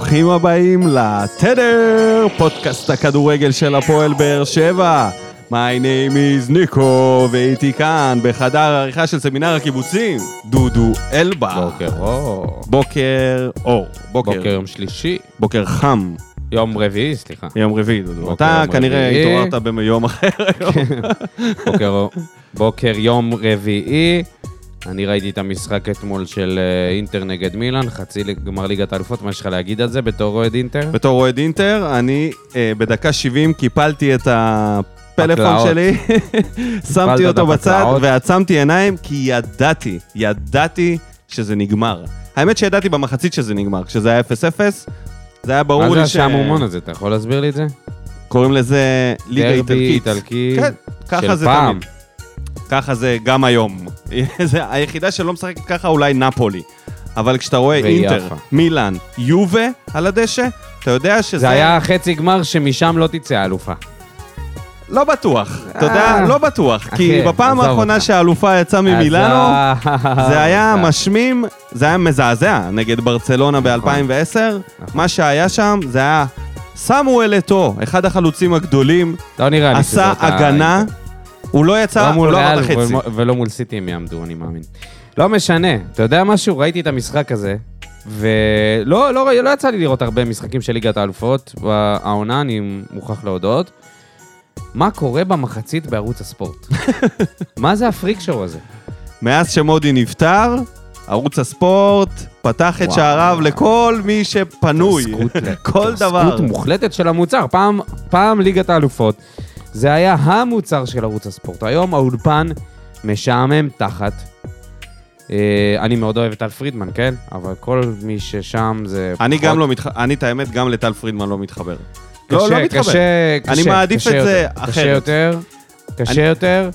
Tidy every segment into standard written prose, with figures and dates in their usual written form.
ברוכים הבאים לתדר, פודקאסט הכדורגל של הפועל באר שבע. My name is ניקו, ואיתי כאן בחדר העריכה של סמינר הקיבוצים, דודו אלבה. בוקר אור. בוקר אור. בוקר יום שלישי. בוקר חם. יום רביעי, סליחה. יום רביעי, דודו. אתה כנראה התעוררת ביום אחר היום. בוקר יום רביעי. אני ראיתי את המשחק אתמול של אינטר נגד מילאן, חצי גמר ליגת האלופות. מה יש לך להגיד על זה בתור אוהד אינטר? בתור אוהד אינטר, אני בדקה 70 קיפלתי את הפלאפון שלי, שמתי אותו בצד ועצמתי עיניים, כי ידעתי שזה נגמר. האמת שידעתי במחצית שזה נגמר, כשזה היה 0-0, זה היה ברור לי מה זה השעמומון הזה? אתה יכול להסביר לי את זה? קוראים לזה ליגה איטלקית. איטלקי כן, ככה זה פעם. תמיד. ככה זה גם היום. היחידה שלא משחקת ככה אולי נפולי. אבל כשאתה רואה אינטר, מילאן, יובה על הדשא, אתה יודע שזה... זה היה חצי גמר שמשם לא תצא האלופה. לא בטוח, אתה יודע, לא בטוח. כי בפעם האחרונה שהאלופה יצאה ממילאנו, זה היה משמים, זה היה מזעזע נגד ברצלונה ב-2010. מה שהיה שם, זה היה סמואל אתו, אחד החלוצים הגדולים, עשה הגנה, הוא לא יצא, הוא לא עבר חצי. ולא מול סיטי הם יעמדו, אני מאמין. לא משנה, אתה יודע משהו? ראיתי את המשחק הזה, ולא יצא לי לראות הרבה משחקים של ליגת האלופות, העונה אני מוכרח להודות. מה קורה במחצית בערוץ הספורט? מה זה הפריק שואו הזה? מאז שמודי נפטר, ערוץ הספורט פתח את שעריו לכל מי שפנוי. כל דבר. זכות מוחלטת של המוצר. פעם ליגת האלופות. זה היה המוצר של ערוץ הספורט. היום האולפן משעמם תחת. אני מאוד אוהב את טל פרידמן, כן? אבל כל מי ששם זה... אני את האמת גם לטל פרידמן לא מתחבר. לא מתחבר. אני מעדיף את זה אחרת. קשה יותר.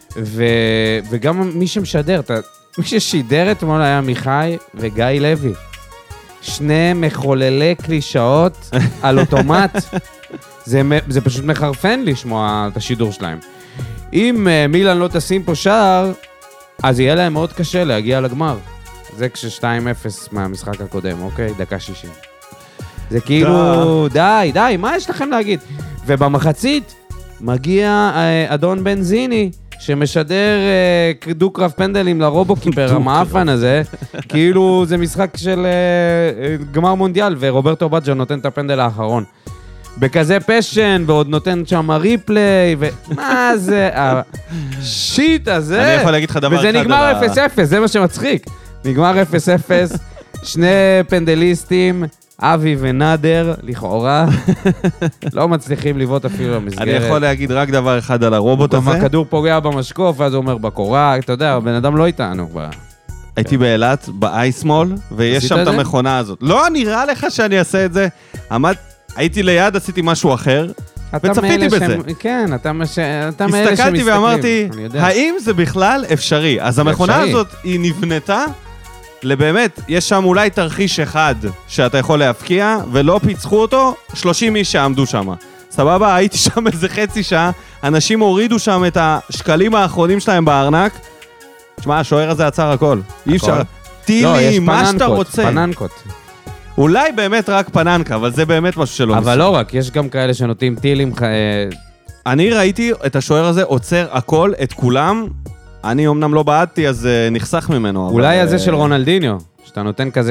וגם מי שמשדר, מי ששידר אתמול היה מיכאי וגיא לוי. שני מחוללי קלישאות על אוטומט. זה פשוט מחרפן לשמוע את השידור שלהם. אם מילאן לא תשים פה שער, אז יהיה להם מאוד קשה להגיע לגמר. זה כש-2-0 מהמשחק הקודם, אוקיי? דקה 60. זה כאילו, די, מה יש לכם להגיד? ובמחצית מגיע אדון בנזיני, שמשדר דו-קרב פנדלים לרובוקיפר המאפן הזה, כאילו זה משחק של גמר מונדיאל, ורוברטו בג'ו נותן את הפנדל האחרון. בכזה פשן, ועוד נותן שם ריפליי, ומה זה, השיט הזה. אני יכול להגיד לך דבר אחד. וזה נגמר 0-0, זה מה שמצחיק. נגמר 0-0, שני פנדליסטים, אבי ונאדר, לכאורה, לא מצליחים לבעוט אפילו למסגרת. אני יכול להגיד רק דבר אחד על הרובוט הזה. הכדור פוגע במשקוף, ואז הוא אומר בקורה, אתה יודע, הבן אדם לא איתנו. הייתי באילת, באייסמול, ויש שם את המכונה הזאת. לא נראה לך שאני אעשה את זה. הייתי ליד, עשיתי משהו אחר, וצפיתי בזה. כן, אתה מאלה שמסתכלים. הסתכלתי ואמרתי, האם זה בכלל אפשרי? אז המכונה הזאת, היא נבנתה, לבאמת, יש שם אולי תרחיש אחד שאתה יכול להפקיע, ולא פיצחו אותו, 30 איש שעמדו שם. סבבה, הייתי שם איזה חצי שעה, אנשים הורידו שם את השקלים האחרונים שלהם בארנק. תשמע, השוער הזה עצר הכל. אי אפשר. טילים, מה שאתה רוצה. פננקות. אולי באמת רק פננקה, אבל זה באמת משהו שלא אבל לא רק, יש גם כאלה שנוטים טילים. אני ראיתי את השוער הזה עוצר הכל, את כולם. אני אמנם לא בעדתי, אז נחסך ממנו. אולי הזה של רונלדיניו, שאתה נותן כזה...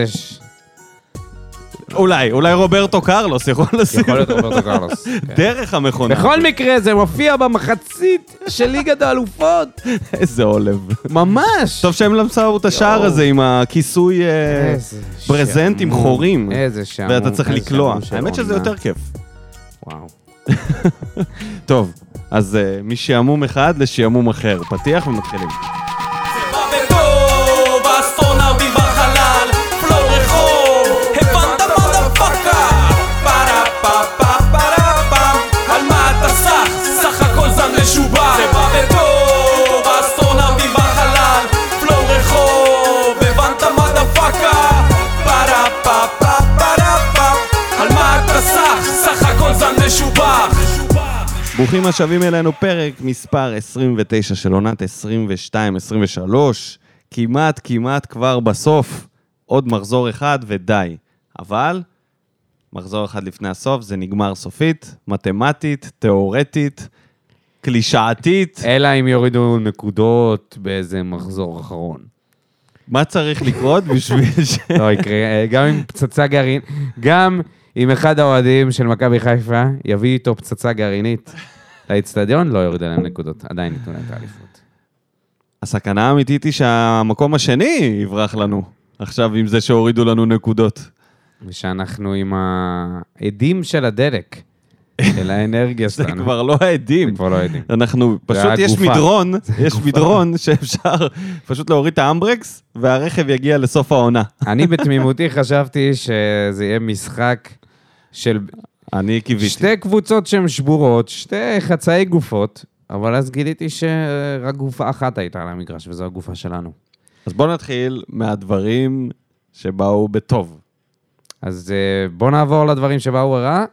אולי רוברטו קרלוס יכול לשים. יכול להיות רוברטו קרלוס. דרך המכונה. בכל מקרה, זה מופיע במחצית של ליגת האלופות. איזה עולב. ממש. טוב שהם למסרו את השער הזה עם הכיסוי ברזנט עם חורים. איזה שעמום. ואתה צריך לקלוע. האמת שזה יותר כיף. וואו. טוב, אז משעמום אחד לשעמום אחר. פתיח ומתחילים. ברוכים השבים אלינו, פרק מספר 29 של עונת 22-23, כמעט כבר בסוף, עוד מחזור אחד ודי. אבל מחזור אחד לפני הסוף, זה נגמר סופית, מתמטית, תיאורטית, קלישאתית. אלא אם יורידו נקודות באיזה מחזור אחרון. מה צריך לקרות בשביל ש... לא יקרה, גם עם פצצה גרעינית, גם אם אחד האוהדים של מכבי חיפה יביא איתו פצצה גרעינית לאצטדיון, לא יוריד עליהם נקודות, עדיין ניתנו להם את האליפות. הסכנה האמיתית היא שהמקום השני יברח לנו, עכשיו עם זה שהורידו לנו נקודות. ושאנחנו עם העדים של הדלק, של האנרגיה שלנו. זה כבר לא העדים. זה כבר לא העדים. אנחנו, פשוט יש מדרון שאפשר פשוט להוריד את האמברקס, והרכב יגיע לסוף העונה. אני בתמימותי חשבתי שזה יהיה משחק של... אני קיוויתי. שתי קבוצות שהן שבורות, שתי חצאי גופות, אבל אז גיליתי שרק גופה אחת הייתה על המגרש, וזו הגופה שלנו. אז בואו נתחיל מהדברים שבאו בטוב. אז בואו נעבור לדברים שבאו רע.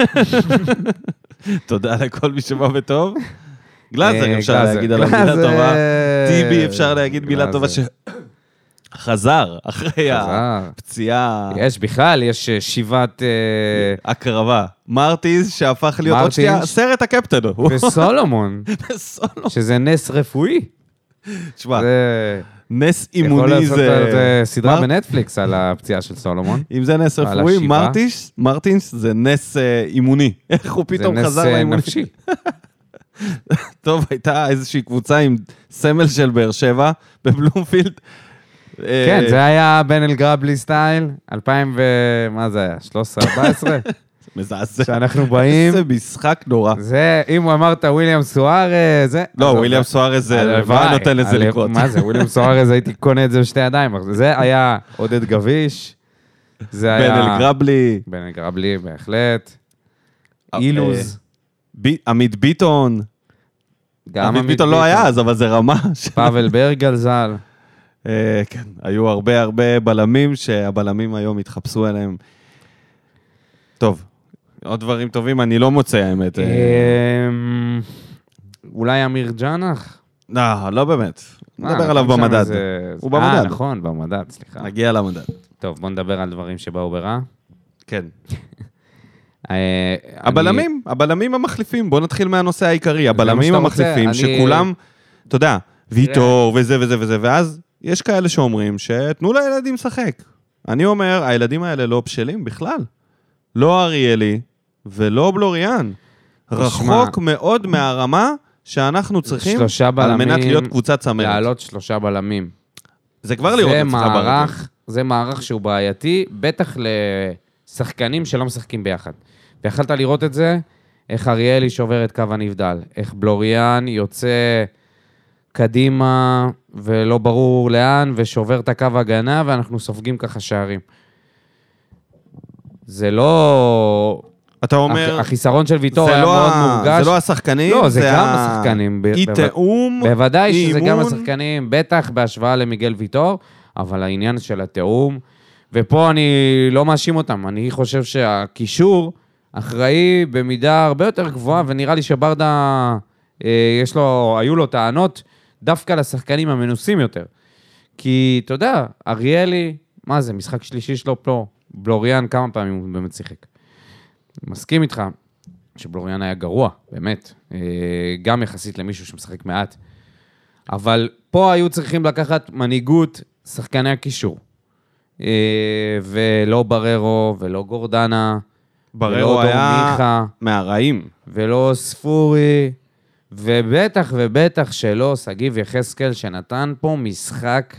תודה לכל מי שבא בטוב. גלאזר אפשר להגיד עליו מילה טובה. טיבי אפשר להגיד מילה טובה שחזר אחרי הפציעה. יש בכלל, יש שיבת... הקרבה. מרטיז שהפך להיות עוד שנייה, סרט הקפטן. וסולומון. שזה נס רפואי. תשמע, נס אימוני זה... יכול לעשות סדרה בנטפליקס על הפציעה של סולומון. אם זה נס רפואי, מרטינס זה נס אימוני. איך הוא פתאום חזר לאימוני? זה נס נפשי. טוב, הייתה איזושהי קבוצה עם סמל של באר שבע בבלומפילד. כן, זה היה בן אלגרבלי סטייל, 2000 ומה זה היה? 13-14? מזעזע. שאנחנו באים... זה משחק נורא. זה, אם הוא אמרת וויליאם סוארז, זה... לא, וויליאם סוארז, מה נותן לזה לקרות? מה זה, וויליאם סוארז, הייתי קונה את זה בשתי ידיים. זה היה עודד גביש, זה היה... בן אלגרבלי. בן אלגרבלי, בהחלט. אילוז. עמית ביטון. עמית ביטון לא היה אז, אבל זה רמה. פאבל ברגל ז"ל. כן, היו הרבה בלמים, שהבלמים היום התחפשו אליהם. טוב, עוד דברים טובים, אני לא מוצא, האמת. אולי אמיר ג'אנח? לא באמת. נדבר עליו במדד. הוא במדד. נכון, במדד, סליחה. נגיע למדד. טוב, בוא נדבר על דברים שבאו ברע. כן. הבלמים המחליפים, בוא נתחיל מהנושא העיקרי. הבלמים המחליפים, שכולם, אתה יודע, ויטור וזה וזה וזה, ואז יש כאלה שאומרים שתנו לילדים לשחק. אני אומר, הילדים האלה לא בשלים בכלל. לא אריאלי ולא בלוריאן. רחוק מאוד מהרמה שאנחנו צריכים על מנת להיות קבוצת צמרת. לעלות 3 בלמים. זה כבר לראות אצלך ברגע. זה מערך שהוא בעייתי, בטח לשחקנים שלא משחקים ביחד. ויכלת לראות את זה, איך אריאלי שובר את קו הנבדל, איך בלוריאן יוצא קדימה ולא ברור לאן, ושובר את הקו הגנה, ואנחנו סופגים ככה שערים. זה לא... אתה אומר... החיסרון של ויטור היה מאוד מורגש. זה לא השחקנים, לא, זה גם השחקנים. תאום, בוודאי שזה גם השחקנים, בטח בהשוואה למיגל ויטור, אבל העניין של התאום, ופה אני לא מאשים אותם, אני חושב שהקישור אחראי במידה הרבה יותר גבוהה, ונראה לי שברדה, היו לו טענות דווקא לשחקנים המנוסים יותר. כי, אתה יודע, אריאלי, מה זה, משחק שלישי שלו פה, בלוריאן כמה פעמים הוא באמת שיחק. מסכים איתך שבלוריאן היה גרוע, באמת, גם יחסית למישהו שמשחק מעט. אבל פה היו צריכים לקחת מנהיגות שחקני הקישור. ולא בררו, ולא גורדנה, בררו היה מהרעים. ולא ספורי, ובטח שלא סגיב יחזקאל, שנתן פה משחק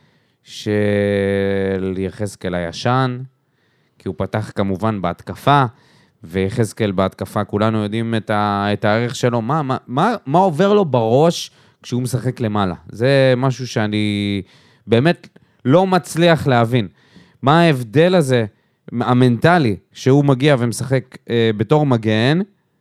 של יחזקאל הישן, כי הוא פתח כמובן בהתקפה, ויחזקאל בהתקפה, כולנו יודעים את הערך שלו, מה עובר לו בראש כשהוא משחק למעלה? זה משהו שאני באמת לא מצליח להבין. מה ההבדל הזה, המנטלי, שהוא מגיע ומשחק בתור מגן,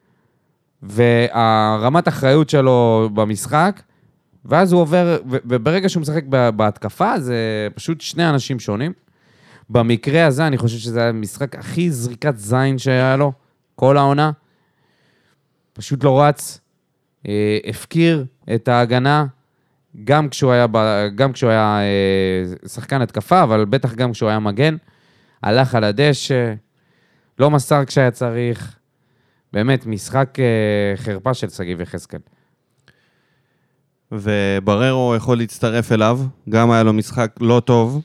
והרמת אחריות שלו במשחק, ואז הוא עובר, וברגע שהוא משחק בהתקפה, זה פשוט שני אנשים שונים. במקרה הזה, אני חושב שזה המשחק הכי זריקת זין שהיה לו, כל העונה. פשוט לא רץ, הפקיר את ההגנה, גם כשהוא היה שחקן התקפה, אבל בטח גם כשהוא היה מגן, הלך על הדשא, לא מסר כשהיה צריך. באמת, משחק חרפה של שגיב יחזקאל. ובררו יכול להצטרף אליו, גם היה לו משחק לא טוב,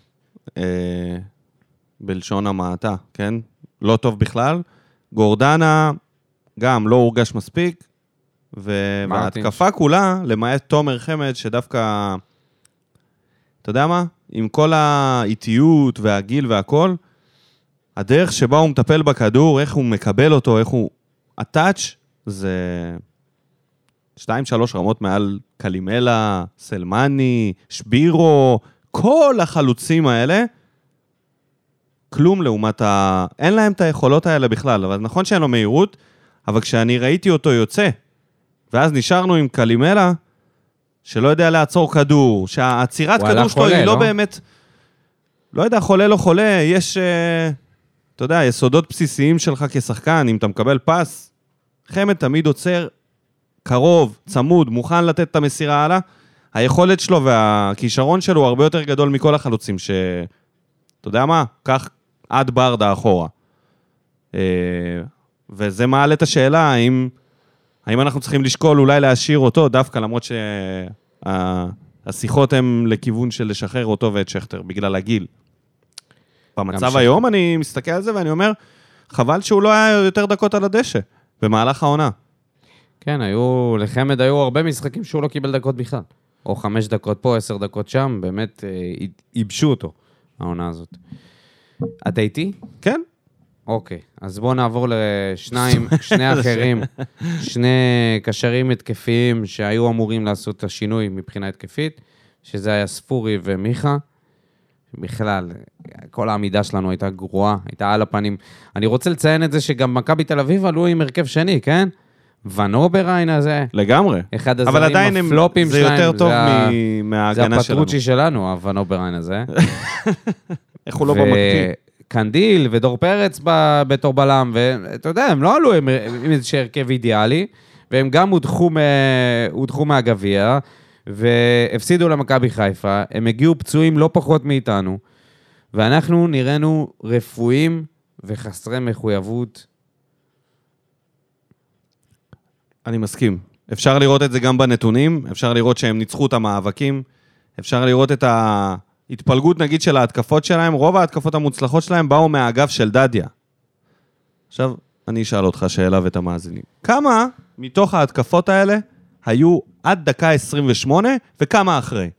בלשון המעטה, כן? לא טוב בכלל. גורדנה גם לא הורגש מספיק, וההתקפה כולה, למעט תומר חמד, שדווקא, אתה יודע מה? עם כל האיטיות והגיל והכל, הדרך שבה הוא מטפל בכדור, איך הוא מקבל אותו, איך הוא... הטאץ' זה 2-3 רמות מעל קלימלה, סלמני, שבירו, כל החלוצים האלה, כלום לעומת אין להם את היכולות האלה בכלל, אבל נכון שאין לו מהירות, אבל כשאני ראיתי אותו יוצא, ואז נשארנו עם קלימלה, שלא יודע לעצור כדור, שהעצירת כדור שלו היא לא באמת, לא יודע, חולה לא חולה, יש, אתה יודע, יסודות בסיסיים שלך כשחקן, אם אתה מקבל פס, חמד תמיד עוצר קרוב, צמוד, מוכן לתת את המסירה הלאה, היכולת שלו והכישרון שלו הוא הרבה יותר גדול מכל החלוצים, אתה יודע מה? כך עד ברדה אחורה. וזה מעלה את השאלה, האם אנחנו צריכים לשקול אולי להשאיר אותו, דווקא למרות שהשיחות הן לכיוון של לשחרר אותו ואת שכתר, בגלל הגיל. במצב היום אני מסתכל על זה ואני אומר, חבל שהוא לא היה יותר דקות על הדשא, במהלך העונה. כן, לחמד היו הרבה משחקים שהוא לא קיבל דקות בכלל. או 5 דקות פה, 10 דקות שם, באמת ייבשו אותו, העונה הזאת. אתה איתי? כן. אוקיי, אז בואו נעבור שני אחרים, שני קשרים התקפיים שהיו אמורים לעשות את השינוי מבחינה התקפית, שזה היה ספורי ומיכה. בכלל, כל העמידה שלנו הייתה גרועה, הייתה על הפנים. אני רוצה לציין את זה שגם מכבי תל אביב עלו עם הרכב שני, כן? ונובריין הזה. לגמרי. אחד הזרים הפלופים שלהם. זה יותר טוב מההגנה שלנו. זה הפטרוצ'י שלנו, הוונובריין הזה. איך הוא לא במקפיא? קנדיל ודור פרץ בתור בלם, ואתה יודע, הם לא עלו עם איזה הרכב אידיאלי, והם גם הודחו מהגביע, והפסידו למכבי חיפה, הם הגיעו פצועים לא פחות מאיתנו, ואנחנו נראינו רפואיים וחסרי מחויבות. אני מסכים. אפשר לראות את זה גם בנתונים, אפשר לראות שהם ניצחו את המאבקים, אפשר לראות את ההתפלגות נגיד של ההתקפות שלהם, רוב ההתקפות המוצלחות שלהם באו מהאגף של דדיה. עכשיו, אני אשאל אותך שאלה ואת המאזינים. כמה מתוך ההתקפות האלה היו עד דקה 28, וכמה אחרי?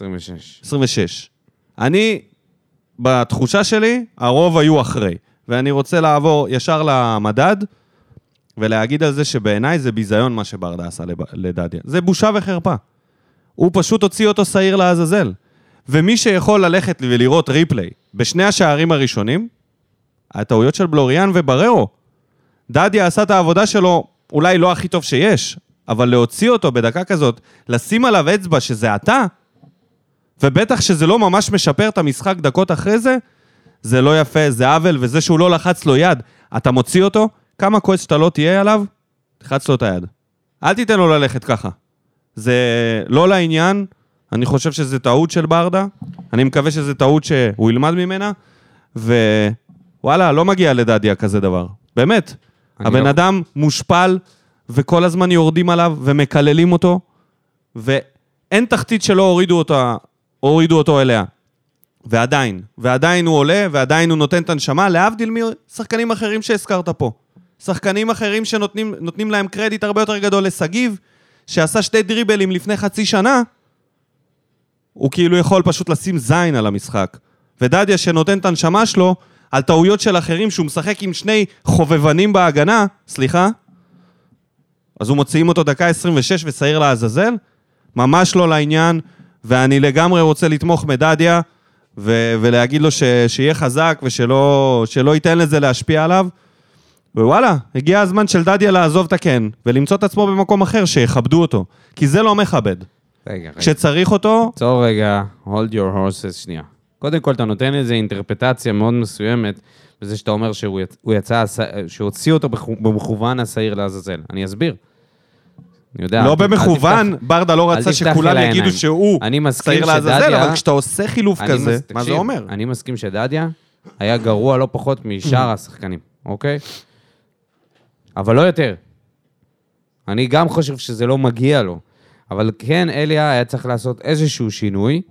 26. אני, בתחושה שלי, הרוב היו אחרי. ואני רוצה לעבור ישר למדד, ולהגיד על זה שבעיניי זה ביזיון מה שברדה עשה לדדיה. זה בושה וחרפה. הוא פשוט הוציא אותו שעיר לעזאזל. ומי שיכול ללכת ולראות ריפליי בשני השערים הראשונים, הטעויות של בלוריאן ובררו. דדיה עשה את העבודה שלו, אולי לא הכי טוב שיש, אבל להוציא אותו בדקה כזאת, לשים עליו אצבע שזה אתה, ובטח שזה לא ממש משפר את המשחק דקות אחרי זה, זה לא יפה, זה עוול, וזה שהוא לא לחץ לו יד, אתה מוציא אותו, כמה כועס שאתה לא תהיה עליו, תחץ לו את היד. אל תיתן לו ללכת ככה. זה לא לעניין, אני חושב שזה טעות של ברדה, אני מקווה שזה טעות שהוא ילמד ממנה, ווואלה, לא מגיע לדדיה כזה דבר. באמת. הבן אדם מושפל, וכל הזמן יורדים עליו ומקללים אותו, ואין תחתית שלא הורידו אותו אליה. ועדיין הוא עולה, ועדיין הוא נותן את הנשמה, להבדיל משחקנים אחרים שהזכרת פה. שחקנים אחרים שנותנים להם קרדיט הרבה יותר גדול לסגיב, שעשה 2 דריבלים לפני חצי שנה, הוא כאילו יכול פשוט לשים זין על המשחק. ודדיה שנותן את הנשמה שלו, על טעויות של אחרים, שהוא משחק עם 2 חובבנים בהגנה, סליחה, אז הוא מוציאים אותו דקה 26 ושעיר לעזאזל, ממש לא לעניין, ואני לגמרי רוצה לתמוך מדדיה, ולהגיד לו שיהיה חזק, ושלא ייתן לזה להשפיע עליו, ווואלה, הגיע הזמן של דדיה לעזוב את הכן, ולמצוא את עצמו במקום אחר, שיכבדו אותו, כי זה לא מכבד. רגע. כשצריך אותו... צור רגע, hold your horses שנייה. קודם כל, אתה נותן איזו אינטרפטציה מאוד מסוימת, בזה שאתה אומר שהוא הוציא אותו במכוון השעיר לעזאזל. אני אסביר. לא במכוון, ברדה לא רצה שכולם יגידו שהוא שעיר לעזאזל, אבל כשאתה עושה חילוף כזה, מה זה אומר? אני מסכים שדדיה היה גרוע לא פחות משאר השחקנים. אוקיי? אבל לא יותר. אני גם חושב שזה לא מגיע לו. אבל כן, אליה היה צריך לעשות איזשהו שינוי,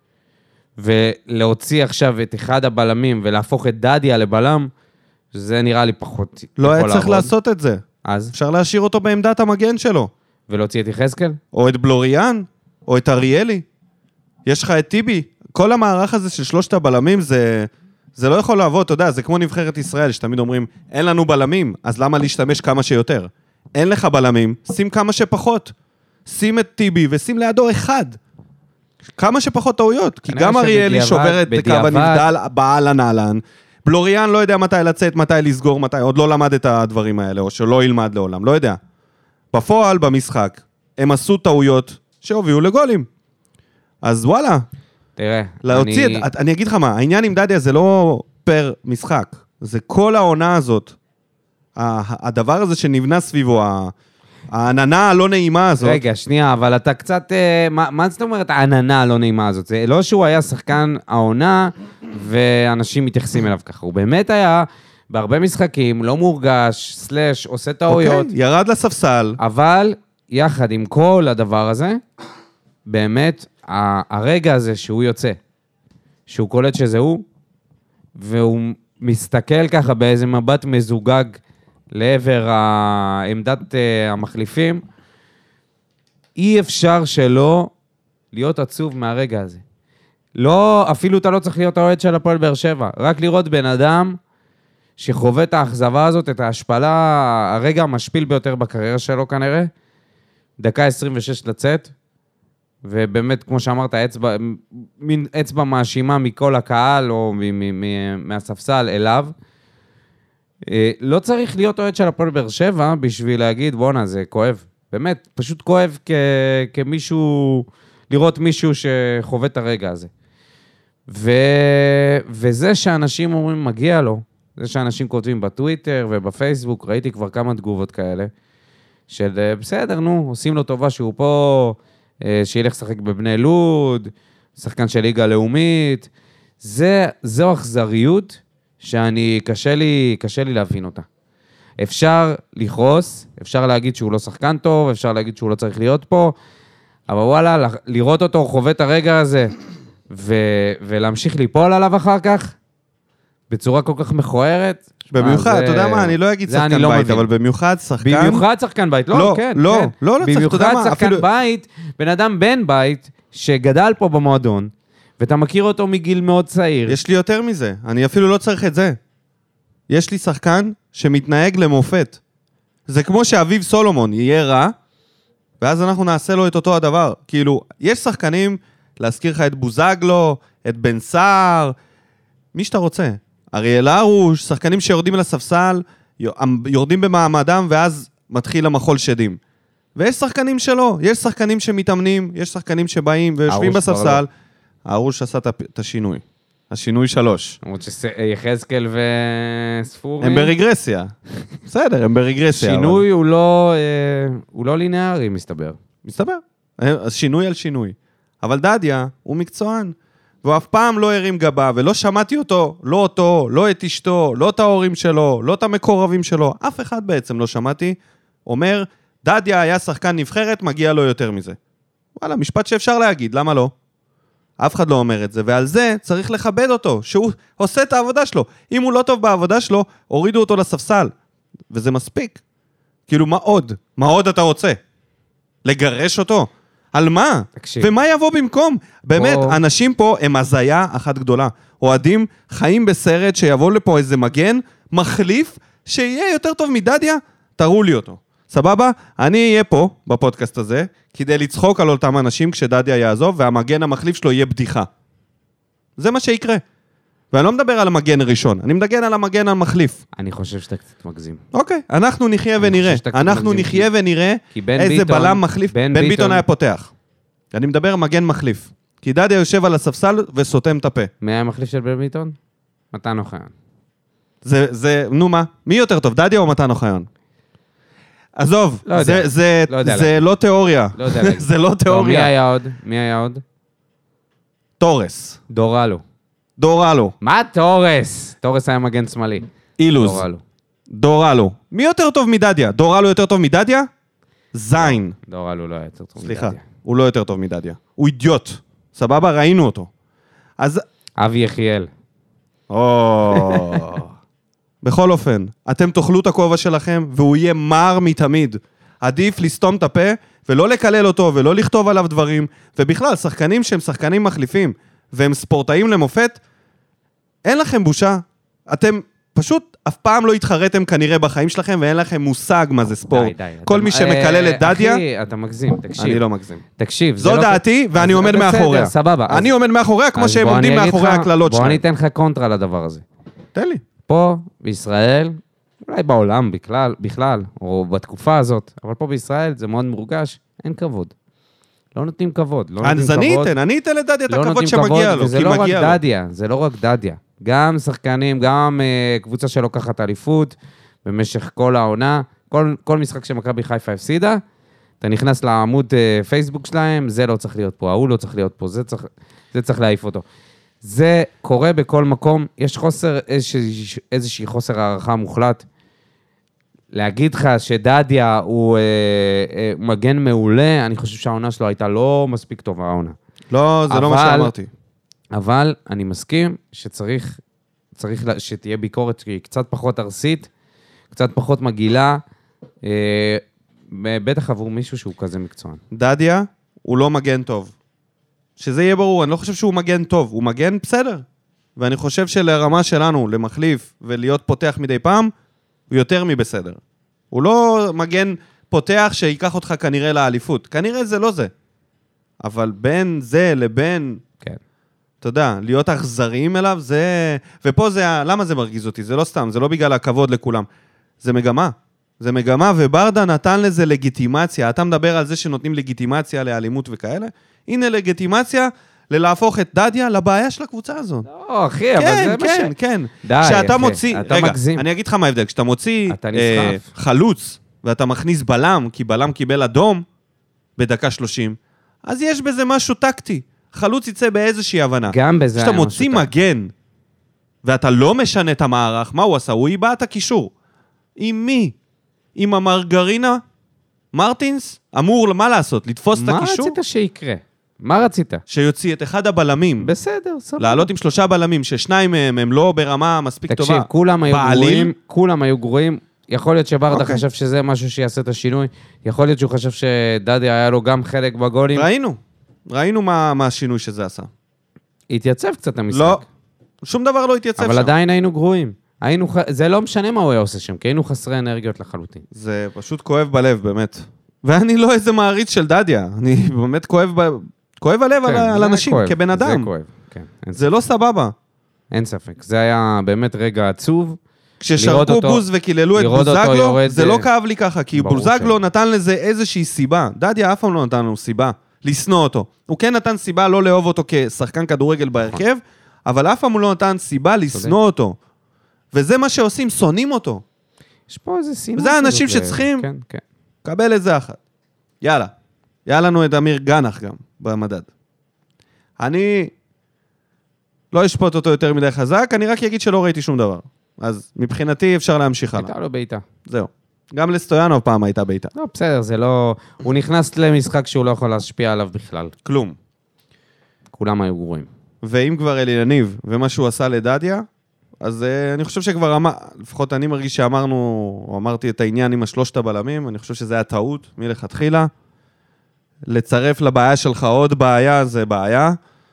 ולהוציא עכשיו את אחד הבלמים, ולהפוך את דדיה לבלם, זה נראה לי פחות... לא היה צריך לעשות את זה. אז? אפשר להשאיר אותו בעמדת המגן שלו. ולהוציא את יחזקאל? או את בלוריאן, או את אריאלי. יש לך את טיבי. כל המערך הזה של שלושת הבלמים, זה לא יכול לעבוד, אתה יודע, זה כמו נבחרת ישראל, שתמיד אומרים, אין לנו בלמים, אז למה להשתמש כמה שיותר? אין לך בלמים, שים כמה שפחות. שים את טיבי ושים לידו אחד. כמה שפחות טעויות, כי גם אריאלי שובר את קו הנבדל באהלן אהלן. בלוריאן לא יודע מתי לצאת, מתי לסגור, מתי, עוד לא למד את הדברים האלה, או שלא ילמד לעולם, לא יודע. בפועל, במשחק, הם עשו טעויות שהובילו לגולים. אז וואלה. תראה, אני אגיד לך מה, העניין עם דדיה זה לא פר משחק, זה כל העונה הזאת. הדבר הזה שנבנה סביבו, העננה הלא נעימה הזאת. רגע, שנייה, אבל אתה קצת... מה זאת אומרת העננה הלא נעימה הזאת? זה לא שהוא היה שחקן העונה, ואנשים מתייחסים אליו ככה. הוא באמת היה בהרבה משחקים, לא מורגש, סלש, עושה טעויות. אוקיי, ירד לספסל. אבל יחד עם כל הדבר הזה, באמת, הרגע הזה שהוא יוצא, שהוא קולט שזה הוא, והוא מסתכל ככה באיזה מבט מזוגג, לעבר עמדת המחליפים, אי אפשר שלא להיות עצוב מהרגע הזה. לא, אפילו אתה לא צריך להיות האוהד של הפועל באר שבע, רק לראות בן אדם שחווה את האכזבה הזאת, את ההשפלה, הרגע המשפיל ביותר בקריירה שלו כנראה, דקה 26 לצאת, ובאמת, כמו שאמרת, מין אצבע מאשימה מכל הקהל, או מהספסל אליו, לא צריך להיות אוהד של הפועל באר שבע בשביל להגיד, בואנה, זה כואב. באמת, פשוט כואב כמישהו, לראות מישהו שחווה את הרגע הזה. וזה שאנשים אומרים, מגיע לו, זה שאנשים כותבים בטוויטר ובפייסבוק, ראיתי כבר כמה תגובות כאלה, של בסדר, נו, עושים לו טובה שהוא פה, שילך לשחק בבני לוד, שחקן של ליגה לאומית, זו אכזריות, שאני, קשה לי להבין אותה. אפשר לכרוס, אפשר להגיד שהוא לא שחקן טוב, אפשר להגיד שהוא לא צריך להיות פה, אבל וואלה, לראות אותו חווה את הרגע הזה, ולהמשיך ליפול עליו אחר כך, בצורה כל כך מכוערת. במיוחד, אתה יודע מה, אני לא אגיד שחקן בית, אבל במיוחד שחקן... במיוחד שחקן בית, לא, כן. לא צריך, אתה יודע מה, במיוחד שחקן בית, בן אדם בן בית, שגדל פה במועדון, ואתה מכיר אותו מגיל מאוד צעיר. יש לי יותר מזה, אני אפילו לא צריך את זה. יש לי שחקן שמתנהג למופת. זה כמו שאביב סולומון יהיה רע, ואז אנחנו נעשה לו את אותו הדבר. כאילו, יש שחקנים, להזכיר לך את בוזגלו, את בן סער, מי שאתה רוצה. אריאל הרוש, שחקנים שיורדים אל הספסל, יורדים במעמדם, ואז מתחיל המחול שדים. ויש שחקנים שלא, יש שחקנים שמתאמנים, יש שחקנים שבאים ויושבים בספסל. הרוש עשה את השינוי. השינוי 3. למרות שיחזקאל וספורי... הם ברגרסיה. בסדר, הם ברגרסיה. שינוי הוא לא לינארי, מסתבר. מסתבר. אז שינוי על שינוי. אבל דדיה הוא מקצוען. והוא אף פעם לא הרים גבה, ולא שמעתי אותו, לא את אשתו, לא את ההורים שלו, לא את המקורבים שלו. אף אחד בעצם לא שמעתי. אומר, דדיה היה שחקן נבחרת, מגיע לו יותר מזה. וואלה, משפט שאפשר להגיד, למה לא? אף אחד לא אומר את זה, ועל זה צריך לכבד אותו, שהוא עושה את העבודה שלו. אם הוא לא טוב בעבודה שלו, הורידו אותו לספסל, וזה מספיק. כאילו, מה עוד? מה עוד אתה רוצה? לגרש אותו? על מה? תקשיב. ומה יבוא במקום? באמת, אנשים פה הם הזיה אחת גדולה. אוהדים חיים בסרט שיבוא לפה איזה מגן, מחליף, שיהיה יותר טוב מדדיה, תראו לי אותו. סבבה? אני אהיה פה, בפודקאסט הזה, כדי לצחוק על אותם אנשים כשדדיה יעזוב, והמגן המחליף שלו יהיה בדיחה. זה מה שיקרה. ואני לא מדבר על המגן הראשון, אני מדגן על המגן המחליף. אני חושב שאתה קצת מגזים. אוקיי, אנחנו נחיה ונראה. אנחנו נחיה ונראה איזה בלם מחליף. בן ביטון היה פותח. אני מדבר מגן מחליף. כי דדיה יושב על הספסל וסותם את הפה. מי היה המחליף של בן ביטון? מתן אוחיון. נו מה? מי יותר טוב, דדיה או מתן אוחיון? עזוב, זה לא תיאוריה. זה לא תיאוריה. מי היה עוד? תורס. דורלו. מה תורס? תורס היה מגן שמאלי. אילוז. דורלו. מי יותר טוב מדדיה? דורלו יותר טוב מדדיה? זין. דורלו לא יותר טוב מדדיה. סליחה, הוא לא יותר טוב מדדיה. הוא אידיוט. סבבה? ראינו אותו. אז... אבי יחיאל. בכל אופן, אתם תאכלו את הכובע שלכם, והוא יהיה מר מתמיד. עדיף לסתום את הפה, ולא לקלל אותו, ולא לכתוב עליו דברים, ובכלל, שחקנים שהם שחקנים מחליפים, והם ספורטאים למופת, אין לכם בושה. אתם פשוט אף פעם לא התחרתם כנראה בחיים שלכם, ואין לכם מושג מה זה ספורט. די. כל מי שמקלל את דדיה... אחי, אתה מגזים, תקשיב. אני לא מגזים. תקשיב. זו דעתי, ואני עומד מאחוריה. סבבה. אני עומד מאחוריה, כמו שהם עומדים מאחורי הכללות שלהם. בוא אני אתן לך קונטרה לדבר הזה. תן לי. פה, בישראל, אולי בעולם בכלל, או בתקופה הזאת, אבל פה בישראל זה מאוד מורגש, אין כבוד. לא נותנים כבוד. אז אני אתן לדדיה את הכבוד שמגיע לו. וזה לא רק דדיה, זה לא רק דדיה. גם שחקנים, גם קבוצה שלוקחת אליפות, במשך כל העונה, כל משחק שמכבי חיפה הפסידה, אתה נכנס לעמוד פייסבוק שלהם, זה לא צריך להיות פה, ההוא לא צריך להיות פה, זה צריך להעיף אותו. זה קורה בכל מקום, יש איזושהי חוסר הערכה מוחלט. להגיד לך שדדיה הוא מגן מעולה, אני חושב שהעונה שלו הייתה לא מספיק טובה העונה. לא, זה לא מה שאמרתי. אבל אני מסכים שצריך שתהיה ביקורת קצת פחות ארסית, קצת פחות מגילה, בטח עבור מישהו שהוא כזה מקצוען. דדיה הוא לא מגן טוב. שזה יהיה ברור, אני לא חושב שהוא מגן טוב, הוא מגן בסדר. ואני חושב שלרמה שלנו, למחליף ולהיות פותח מדי פעם, הוא יותר מבסדר. הוא לא מגן פותח שיקח אותך כנראה לאליפות. כנראה זה לא זה. אבל בין זה לבין... כן. אתה יודע, להיות אכזריים אליו, זה... ופה זה... למה זה מרגיז אותי? זה לא סתם, זה לא בגלל הכבוד לכולם. זה מגמה. זה מגמה, וברדה נתן לזה לגיטימציה. אתה מדבר על זה שנותנים לגיטימציה לאלימות וכאלה. הנה לגיטימציה ללהפוך את דדיה לבעיה של הקבוצה הזאת. לא, אחי, אבל זה מה ש... כן. די, כשאתה מוציא... אתה מגזים. אני אגיד לך מה ההבדל. כשאתה מוציא נסחף. חלוץ, ואתה מכניס בלם, כי בלם קיבל אדום בדקה 30, אז יש בזה משהו טקטי. חלוץ יצא באיזושהי הבנה. גם בזה היה כשאתה מוציא מגן, ואתה לא משנה את המערך, מה הוא עשה? הוא איבד את הקישור. עם מי? עם המרגרינה? מרטינס? אמור, מה לעשות? לתפוס את הקישור? מה רצית שיקרה? מה רצית? שיוציא את אחד הבלמים. בסדר, סבבה. לעלות עם 3 בלמים, ששניים מהם הם לא ברמה מספיק טובה. תקשיב, כולם היו גרועים. יכול להיות שברדה חשב שזה משהו שיעשה את השינוי. יכול להיות שהוא חשב שדדיה היה לו גם חלק בגולים. ראינו מה השינוי שזה עשה. התייצב קצת המשחק. לא, שום דבר לא התייצב שם. אבל עדיין היינו גרועים. זה לא משנה מה הוא היה עושה שם, כי היינו חסרי אנרגיות לחלוטין. זה פשוט כואב בלב, באמת. ואני לא איזה מעריץ של דדיה. אני באמת כואב הלב על אנשים, כבן אדם. זה כואב, כן. זה לא סבבה. אין ספק. זה היה באמת רגע עצוב. כששרקו בוז וקיללו את בוזגלו, זה לא כאב לי ככה, כי בוזגלו נתן לזה איזושהי סיבה. דדיה אף פעם לא נתן לנו סיבה לשנוא אותו. הוא כן נתן סיבה לא לאהוב אותו כשחקן כדורגל בהרכב, אבל אף פעם הוא לא נתן סיבה לשנוא אותו. וזה מה שעושים, שונאים אותו. יש פה איזה שנאה. וזה האנשים שצריכים, קבל את זה אחת. יאללה. היה לנו את אמיר גנח גם במדד. אני לא אשפוט אותו יותר מדי חזק, אני רק אגיד שלא ראיתי שום דבר. אז מבחינתי אפשר להמשיך הלאה. הייתה לו בעיטה. זהו. גם לסטויאנוב פעם הייתה בעיטה. לא, בסדר, זה לא... הוא נכנס למשחק שהוא לא יכול להשפיע עליו בכלל. כלום. כולם היו גרועים. ואם כבר אלי יניב ומה שהוא עשה לדדיה, אז אני חושב שכבר לפחות אני מרגיש אמרתי את העניין עם 3 הבלמים, אני חושב שזה היה טעות מלכתחילה. לצרף לבעיה שלך עוד בעיה, זה בעיה.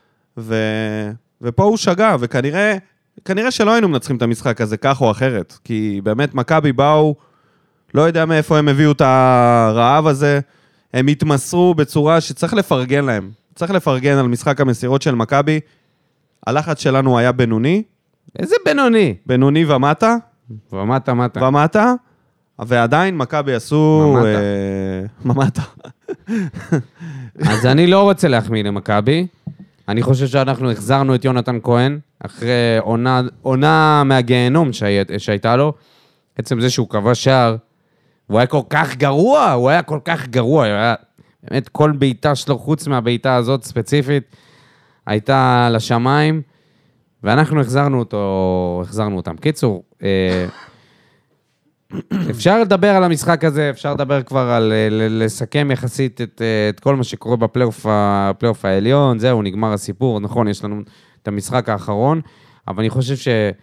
ופה הוא שגע, וכנראה שלא היינו מנצחים את המשחק הזה כך או אחרת, כי באמת מכבי באו, לא יודע מאיפה הם הביאו את הרעב הזה, הם התמסרו בצורה שצריך לפרגן להם. צריך לפרגן על משחק המסירות של מכבי. הלחץ שלנו היה בינוני. איזה בינוני? בינוני ומטה. ומטה. ועדיין מכבי עשו... ממטה. אז אני לא רוצה להחמיא למכבי. אני חושב שאנחנו החזרנו את יונתן כהן, אחרי עונה מהגיהנום שהייתה לו. עצם זה שהוא קבע שער, הוא היה כל כך גרוע, באמת כל בעיטה שלו, חוץ מהבעיטה הזאת ספציפית, הייתה לשמיים, ואנחנו החזרנו אותם. קיצור, אפשר לדבר על המשחק הזה, אפשר לדבר כבר על לסכם יחסית את כל מה שקורה בפלייאוף העליון, זהו, נגמר הסיפור, נכון, יש לנו את המשחק האחרון, אבל אני חושב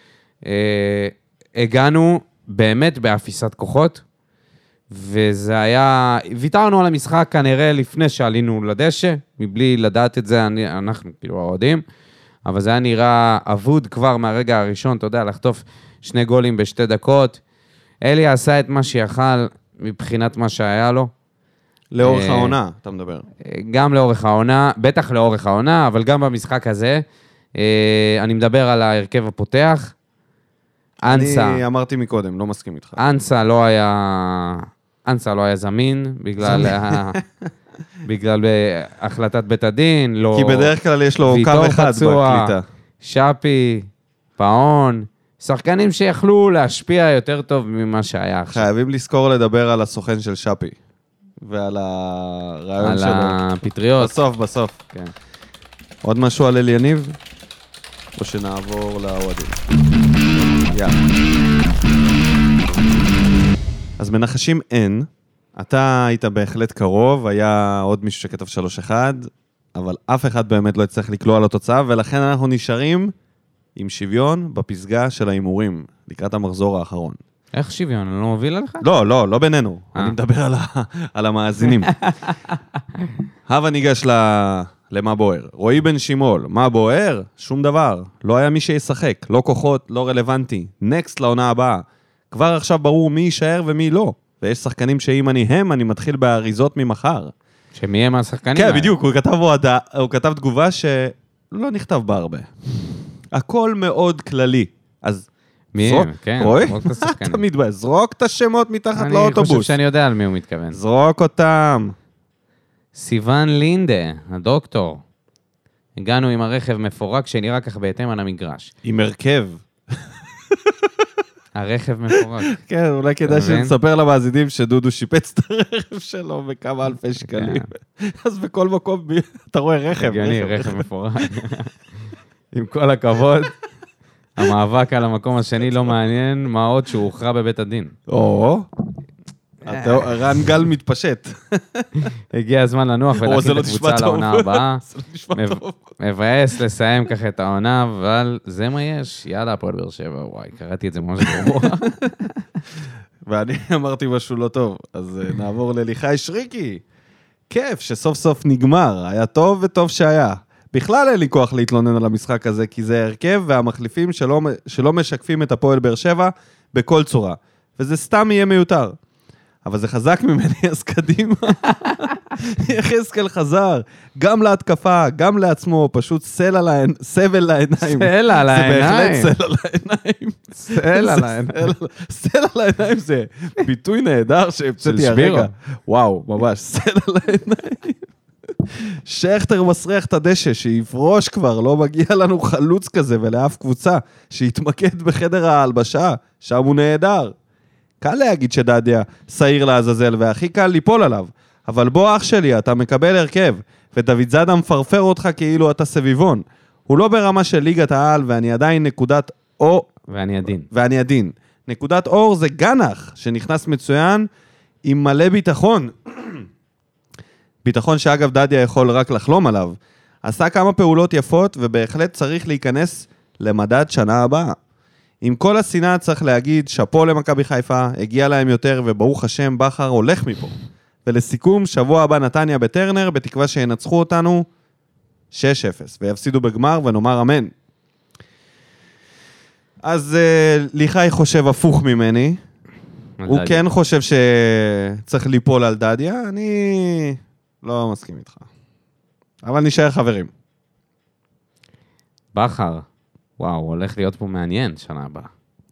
שהגענו באמת באפיסת כוחות, וזה היה, ויתרנו על המשחק כנראה לפני שעלינו לדשא, מבלי לדעת את זה, אנחנו כאילו האוהדים, אבל זה היה נראה אבוד כבר מהרגע הראשון, אתה יודע, לחטוף 2 גולים ב2 דקות. אלי עשה את מה שיכל מבחינת מה שהיה לו. לאורך העונה, אתה מדבר. גם לאורך העונה, בטח לאורך העונה, אבל גם במשחק הזה. אני מדבר על ההרכב הפותח. אנסה. אני אמרתי מקודם, לא מסכים איתך. אנסה לא היה זמין, בגלל החלטת בית הדין. לא... כי בדרך כלל יש לו קו אחד בקליטה. שפי, פאון, שחקנים שיכלו להשפיע יותר טוב ממה שהיה עכשיו. חייבים לזכור לדבר על הסוכן של שפי, ועל הרעיון שלו. על הפטריות. בסוף. כן. עוד משהו על אליניב? או שנעבור לאוהדים? יאללה. אז מנחשים אין. אתה היית בהחלט קרוב, היה עוד מישהו שכתב 3-1, אבל אף אחד באמת לא יצטרך לקלוע על התוצאה, ולכן אנחנו נשארים עם שוויון בפסגה של האימורים, לקראת המחזור האחרון. איך שוויון? אני לא מוביל עליך? לא בינינו. אני מדבר על המאזינים. הווה ניגש למה בוער. רועי בן שימול, מה בוער? שום דבר. לא היה מי שישחק, לא כוחות, לא רלוונטי. נקסט לעונה הבאה. כבר עכשיו ברור מי יישאר ומי לא. ויש שחקנים שאם אני מתחיל באריזות ממחר. שמי הם השחקנים? כן, בדיוק. הוא כתב תגובה שלא נכתב בה הרבה. הכל מאוד כללי. אז מי הם? כן, זרוק את השחקנים. תמיד בא, זרוק את השמות מתחת לאוטובוס. אני חושב שאני יודע על מי הוא מתכוון. זרוק אותם. סיוון לינדה, הדוקטור. הגענו עם הרכב מפורק שנראה כך בהתאם על המגרש. עם הרכב. הרכב מפורק. כן, אולי כדאי שנספר למאזינים שדודו שיפץ את הרכב שלו בכמה אלפי שקלים. אז בכל מקום אתה רואה רכב. הגיוני, רכב מפורק. עם כל הכבוד, המאבק על המקום השני לא מעניין, מה עוד שהוא הוכרע בבית הדין. רן גל מתפשט. הגיע הזמן לנוח ולהכין את הקבוצה לעונה הבאה. מבאס לסיים ככה את העונה, אבל זה מה יש. יאללה, הפועל באר שבע, וואי, קראתי את זה ממש גרוע. ואני אמרתי משהו לא טוב, אז נעבור לליחי שריקי. כיף שסוף סוף נגמר, היה טוב וטוב שהיה. בכלל אין לי כוח להתלונן על המשחק הזה, כי זה הרכב והמחליפים שלא משקפים את הפועל באר שבע בכל צורה. וזה סתם יהיה מיותר. אבל זה חזק ממני, אז קדימה. יחזקאל חזר, גם להתקפה, גם לעצמו, פשוט סבל לעיניים. סל על העיניים. זה בהחלט סל על העיניים. סל על העיניים. סל על העיניים זה ביטוי נהדר שהפציתי הרגע. וואו, ממש, סל על העיניים. שכטר מסריח את הדשא, שיפרוש כבר, לא מגיע לנו חלוץ כזה ולאף קבוצה, שיתמקד בחדר ההלבשה, שם הוא נהדר. קל להגיד שדדיה שעיר לעזאזל, והכי קל ליפול עליו. אבל בוא אח שלי, אתה מקבל הרכב, ודוד זאדה מפרפר אותך כאילו אתה סביבון. הוא לא ברמה של ליגת העל, ואני עדיין נקודת אור. ואני עדין. נקודת אור זה גנח, שנכנס מצוין עם מלא ביטחון. ביטחון שאגב דדיה יכול רק לחלום עליו. עשה כמה פעולות יפות, ובהחלט צריך להיכנס למדד שנה הבאה. עם כל השנאה צריך להגיד, שפו למכבי חיפה, הגיע להם יותר, וברוך השם, בכר הולך מפה. ולסיכום, שבוע הבא נתניה בטרנר, בתקווה שינצחו אותנו 6-0, ויפסידו בגמר, ונאמר אמן. אז ליחי חושב הפוך ממני. הוא כן חושב שצריך ליפול על דדיה, אני לא מסכים איתך. אבל נשאר חברים. בכר. וואו, הולך להיות פה מעניין שנה הבאה.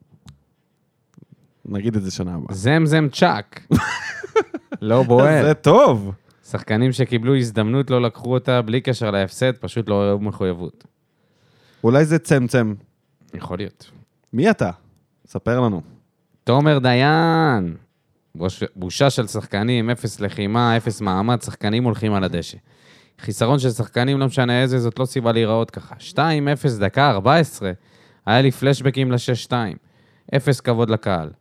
נגיד את זה שנה הבאה. זם צ'אק. לא בוער. זה טוב. שחקנים שקיבלו הזדמנות לא לקחו אותה בלי קשר להפסד, פשוט לא ראו מחויבות. אולי זה צמצם. יכול להיות. מי אתה? ספר לנו. תומר דיין. בושה של שחקנים, 0 לחימה, 0 מעמד, שחקנים הולכים על הדשא. חיסרון של שחקנים, לא משנה איזה, זאת לא סיבה להיראות ככה. 2-0 דקה 14, היה לי פלשבקים ל-6-2. 0 כבוד לקהל.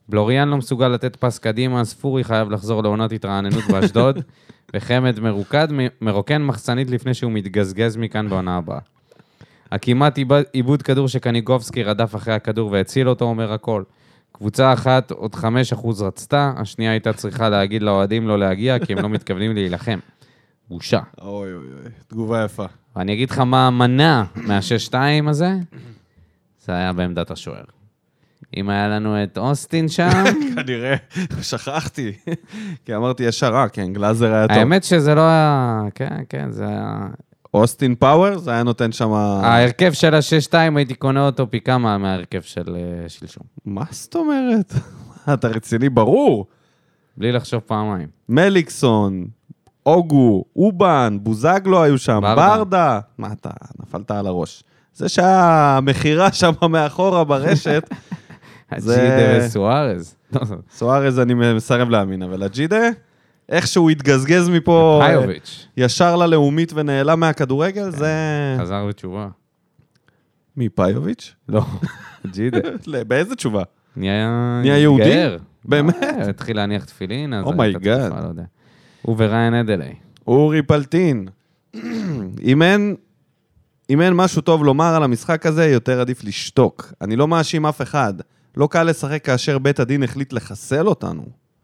בלוריאן לא מסוגל לתת פס קדימה, אז פורי חייב לחזור לעונת התרעננות באשדוד, וחמד מרוקן מחסנית לפני שהוא מתגזגז מכאן בעונה הבאה. הכמעט איבוד כדור שקניגובסקי רדף אחרי הכדור והציל אותו אומר הכל. קבוצה אחת עוד 5% רצתה, השנייה הייתה צריכה להגיד לאוהדים לא להגיע, כי הם לא מתכוונים להילחם. בושה. אוי אוי אוי, תגובה יפה. ואני אגיד לך מה המנה מה-6-2 הזה, זה היה בעמדת השוער. אם היה לנו את אוסטין שם... כנראה, שכחתי. כי אמרתי ישר, כן, גלאזר היה טוב. האמת שזה לא היה... כן, זה היה... אוסטין פאוור, זה היה נותן שם... ההרכב של ה-6-2, הייתי קונה אותו פי כמה מההרכב של שלשום. מה זאת אומרת? אתה רציני, ברור. בלי לחשוב פעמיים. מליקסון, אוגו, אובן, בוזגלו היו שם, ברדה. מה אתה, נפלת על הראש. זה שהמחירה שם מאחורה ברשת... הג'ידה וסוארז. סוארז אני מסרב להאמין, אבל הג'ידה... איכשהו התגזגז מפה ישר ללאומית ונעלם מהכדורגל, זה... חזר בתשובה. מי, פאיוביץ'? לא, ג'ידה. באיזה תשובה? נהיה יהודי? באמת? התחיל להניח תפילין, אז... אומייגאד. הוא וריין אדלי. אורי פלטין. אם אין משהו טוב לומר על המשחק הזה, יותר עדיף לשתוק. אני לא מאשים אף אחד. לא קל לשחק כאשר בית הדין החליט לחסל אותנו.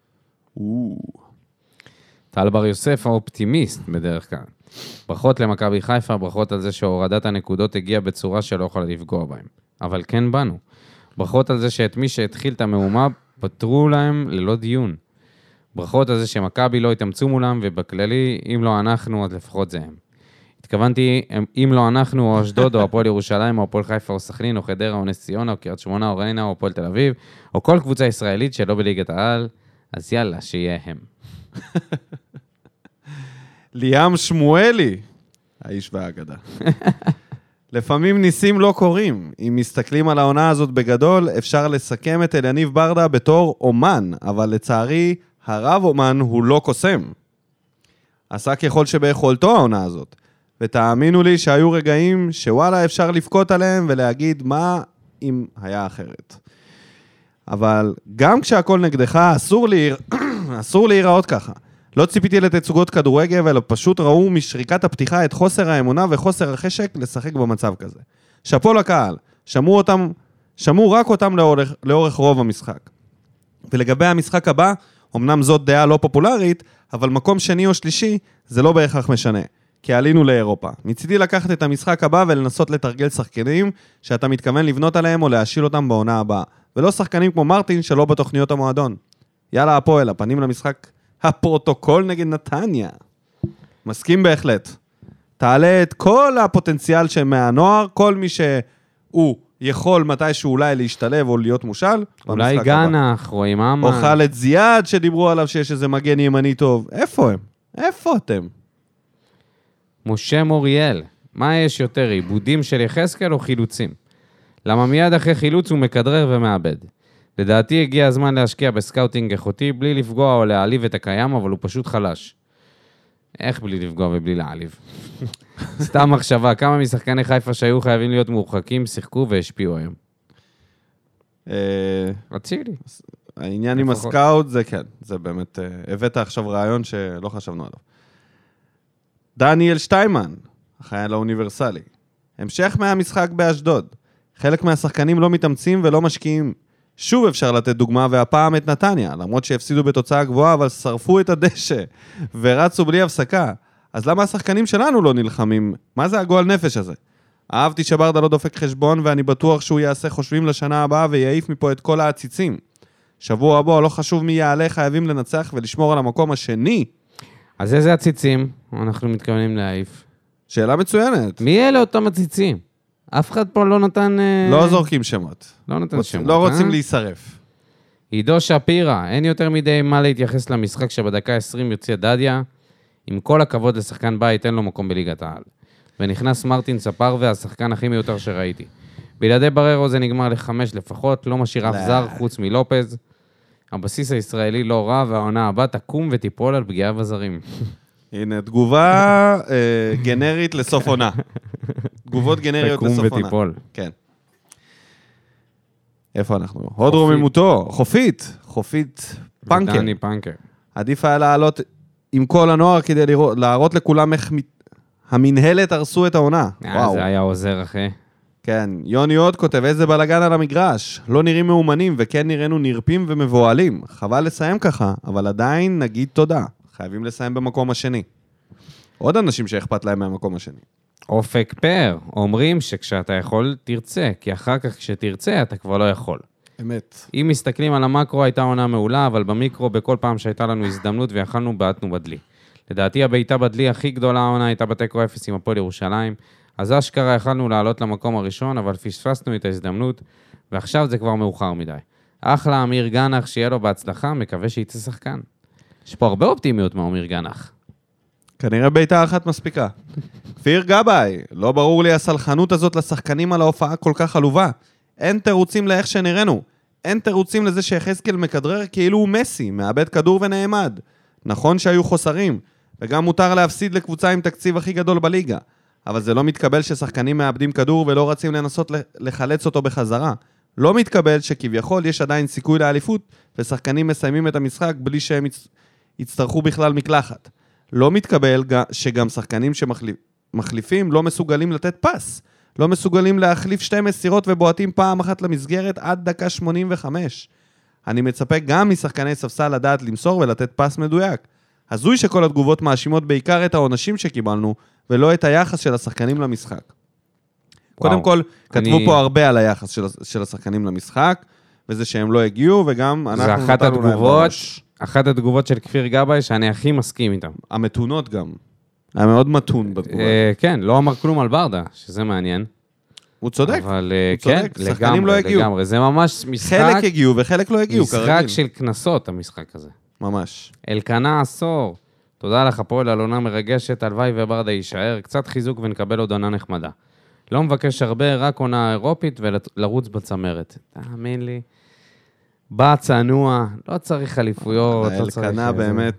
טל בר יוסף האופטימיסט בדרך כלל. ברכות למכבי חיפה, ברכות על זה שהורדת הנקודות הגיעה בצורה שלא יכולה לפגוע בהם. אבל כן באנו. ברכות על זה שאת מי שהתחיל את המהומה פתרו להם ללא דיון. ברכות על זה שמכבי לא התאמצו מולם, ובכללי, אם לא אנחנו, אז לפחות זה הם. התכוונתי, אם לא אנחנו, או אשדוד, או הפועל ירושלים, או הפועל חיפה, או סכנין, או חדרה, או נס ציונה, או קריית שמונה, או ריינה, או הפועל תל אביב, או כל קבוצה ישראלית שלא בליגת העל, אז יאללה, שיהיה הם. ליאם שמואלי, האיש והאגדה. לפעמים ניסים לא קורים. אם מסתכלים על העונה הזאת בגדול, אפשר לסכם את אליניב ברדה בתור אומן, אבל לצערי, הרב אומן הוא לא קוסם. עשה ככל שביכולתו העונה הזאת. ותאמינו לי שהיו רגעים שוואלה אפשר לפקוט עליהם ולהגיד מה אם היה אחרת. אבל גם כשהכל נגדך, אסור להיראות ככה. לא ציפיתי לתצוגות כדורגל, אלא פשוט ראו משריקת הפתיחה את חוסר האמונה וחוסר החשק לשחק במצב כזה. שפו לקהל, שמעו רק אותם לאורך רוב המשחק. ולגבי המשחק הבא, אמנם זאת דעה לא פופולרית, אבל מקום שני או שלישי, זה לא בהכרח משנה. כי עלינו לאירופה. מצידי לקחת את המשחק הבא ולנסות לתרגל שחקנים שאתה מתכוון לבנות עליהם או להשיל אותם בעונה הבאה. ולא שחקנים כמו מרטין שלא בתוכניות המועדון. יאללה הפועל, הפנים למשחק הפרוטוקול נגד נתניה. מסכים בהחלט. תעלה את כל הפוטנציאל שמהנוער, כל מי שהוא יכול מתישהו אולי להשתלב או להיות מושל. אולי גנח או אימאמה. או חלד זיאד שדיברו עליו שיש איזה מגן ימני טוב. איפה הם? איפה אתם? משה מוריאל, מה יש יותר, עיבודים של יחזקאל או חילוצים? למה מיד אחרי חילוץ הוא מקדרר ומאבד? לדעתי הגיע הזמן להשקיע בסקאוטינג איכותי, בלי לפגוע או להעליב את הקיים, אבל הוא פשוט חלש. איך בלי לפגוע ובלי להעליב? סתם מחשבה, כמה משחקני חיפה שהיו חייבים להיות מורחקים, שיחקו והשפיעו היום? רצילי. העניין עם הסקאוט זה כן, זה באמת, הבאת עכשיו רעיון שלא חשבנו עליו. דניאל שטיימן, החייל האוניברסלי. המשך מהמשחק באשדוד. חלק מהשחקנים לא מתאמצים ולא משקיעים. שוב אפשר לתת דוגמה, והפעם את נתניה, למרות שהפסידו בתוצאה גבוהה, אבל שרפו את הדשא ורצו בלי הפסקה. אז למה השחקנים שלנו לא נלחמים? מה זה הגועל נפש הזה? אהבתי שברדה לא דופק חשבון, ואני בטוח שהוא יעשה חושבים לשנה הבאה ויעיף מפה את כל העציצים. שבוע הבא, לא חשוב מי יעלה, חייבים לנצח ולשמור על המקום השני. אז איזה עציצים אנחנו מתכוונים להעיף? שאלה מצוינת. מי אלה אותם עציצים? אף אחד פה לא נתן... לא זורקים שמות. לא נתן שמות. לא רוצים להישרף. עידו שפירה, אין יותר מדי מה להתייחס למשחק שבדקה 20 יוצא דדיה. עם כל הכבוד לשחקן בית, אין לו מקום בליגת העל. ונכנס מרטין ספר והשחקן הכי מיותר שראיתי. בלעדי בררו זה נגמר ל5 לפחות, לא משאיר אף זר חוץ מלופז. הבסיס הישראלי לא רע, והעונה הבאה תקום ותיפול על פגיעה בזרים. הנה, תגובה גנרית לסוף עונה. תגובות גנריות לסוף עונה. תקום ותיפול. כן. איפה אנחנו? הוד רוממותו, חופית פאנקר. דני פאנקר. עדיף היה לעלות עם כל הנוער כדי להראות לכולם איך המנהלת הרסו את העונה. זה היה עוזר, אחי. כן, יוני עוד כותב, איזה בלגן על המגרש. לא נראים מאומנים, וכן נראינו נרפים ומבועלים. חבל לסיים ככה, אבל עדיין נגיד תודה. חייבים לסיים במקום השני. עוד אנשים שאכפת להם מהמקום השני. אופק פר, אומרים שכשאתה יכול, תרצה, כי אחר כך כשתרצה, אתה כבר לא יכול. אמת. אם מסתכלים על המקרו, הייתה עונה מעולה, אבל במיקרו, בכל פעם שהייתה לנו הזדמנות ויכלנו, בעטנו בדלי. לדעתי, הבעיטה בדלי הכי גדולה העונה הייתה בתיקו 0 עם הפועל ירושלים, אז אשכרה יכלנו לעלות למקום הראשון, אבל פספסנו את ההזדמנות, ועכשיו זה כבר מאוחר מדי. אחלה אמיר גנח, שיהיה לו בהצלחה, מקווה שיצא שחקן. יש פה הרבה אופטימיות מאמיר גנח. כנראה בעיטה אחת מספיקה. כפיר גבאי, לא ברור לי הסלחנות הזאת לשחקנים על ההופעה כל כך עלובה. אין תירוצים לאיך שנראינו. אין תירוצים לזה שיחזקאל מכדרר כאילו הוא מסי, מאבד כדור ונעמד. נכון שהיו חוסרים, וגם מותר להפסיד לקבוצה עם תקציב הכי גדול בליגה. אבל זה לא מתקבל ששחקנים מאבדים כדור ולא רצים לנסות לחלץ אותו בחזרה. לא מתקבל שכביכול יש עדיין סיכוי לאליפות, ושחקנים מסיימים את המשחק בלי שהם יצטרכו בכלל מקלחת. לא מתקבל שגם שחקנים שמחליפים לא מסוגלים לתת פס. לא מסוגלים להחליף 2 מסירות ובועטים פעם אחת למסגרת עד דקה 85. אני מצפה גם משחקני ספסל לדעת למסור ולתת פס מדויק. הזוי שכל התגובות מאשימות בעיקר את העונשים שקיבלנו, ולא את היחס של השחקנים למשחק. קודם כל, כתבו פה הרבה על היחס של השחקנים למשחק, וזה שהם לא הגיעו, וגם אנחנו נתנו להם בראש. אחת התגובות של כפיר גבאי שאני הכי מסכים איתם. המתונות גם. היה מאוד מתון בתגובה. כן, לא אמר כלום על ברדה, שזה מעניין. הוא צודק. אבל כן, לגמרי. זה ממש משחק... חלק הגיעו וחלק לא הגיעו, כרגיל. משחק של כנסות, המשחק הזה. ממש. אלקנה עשור. תודה לך, פועל, על עונה מרגשת, הלוואי וברדה יישאר. קצת חיזוק ונקבל עוד עונה נחמדה. לא מבקש הרבה, רק עונה אירופית ולרוץ בצמרת. תאמין לי. בא צנוע, לא צריך חליפויות, לא צריך... אלקנה באמת...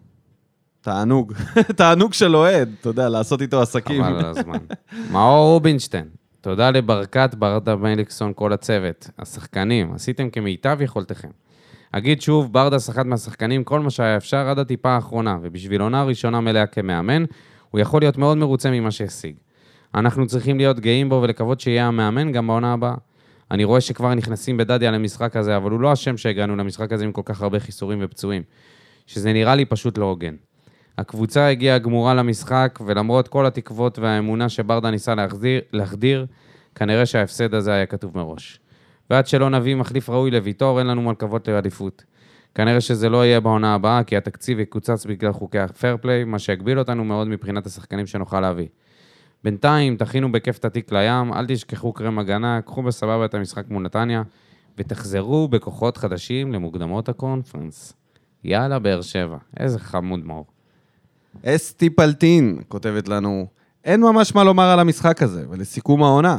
תענוג. תענוג של אוהד, אתה יודע, לעשות איתו עסקים. חבל על הזמן. מאור רובינשטיין. תודה לברקת, ברדה מליקסון, כל הצוות. השחקנים, עשיתם כמיטב יכולתכם. אגיד שוב, ברדס אחד מהשחקנים, כל מה שהיה אפשר עד הטיפה האחרונה, ובשביל עונה ראשונה מלאה כמאמן, הוא יכול להיות מאוד מרוצה ממה שהשיג. אנחנו צריכים להיות גאים בו ולקוות שיהיה המאמן גם בעונה הבאה. אני רואה שכבר נכנסים בדדיה למשחק הזה, אבל הוא לא השם שהגענו למשחק הזה עם כל כך הרבה חיסורים ופצועים, שזה נראה לי פשוט לא הוגן. הקבוצה הגיעה גמורה למשחק, ולמרות כל התקוות והאמונה שברדה ניסה להחדיר, כנראה שההפסד הזה היה כתוב מראש. ועד שלא נביא מחליף ראוי לויטור, אין לנו מלכבות לעדיפות. כנראה שזה לא יהיה בעונה הבאה, כי התקציב יקוצץ בגלל חוקי הפיירפליי, מה שיגביל אותנו מאוד מבחינת השחקנים שנוכל להביא. בינתיים, תכינו בכיף את התיק לים, אל תשכחו קרם הגנה, קחו בסבבה את המשחק מול נתניה, ותחזרו בכוחות חדשים למוקדמות הקונפרנס. יאללה, באר שבע. איזה חמוד מאור. אסתי פלטין כותבת לנו, אין ממש מה לומר על המשחק הזה, ולסיכום העונה,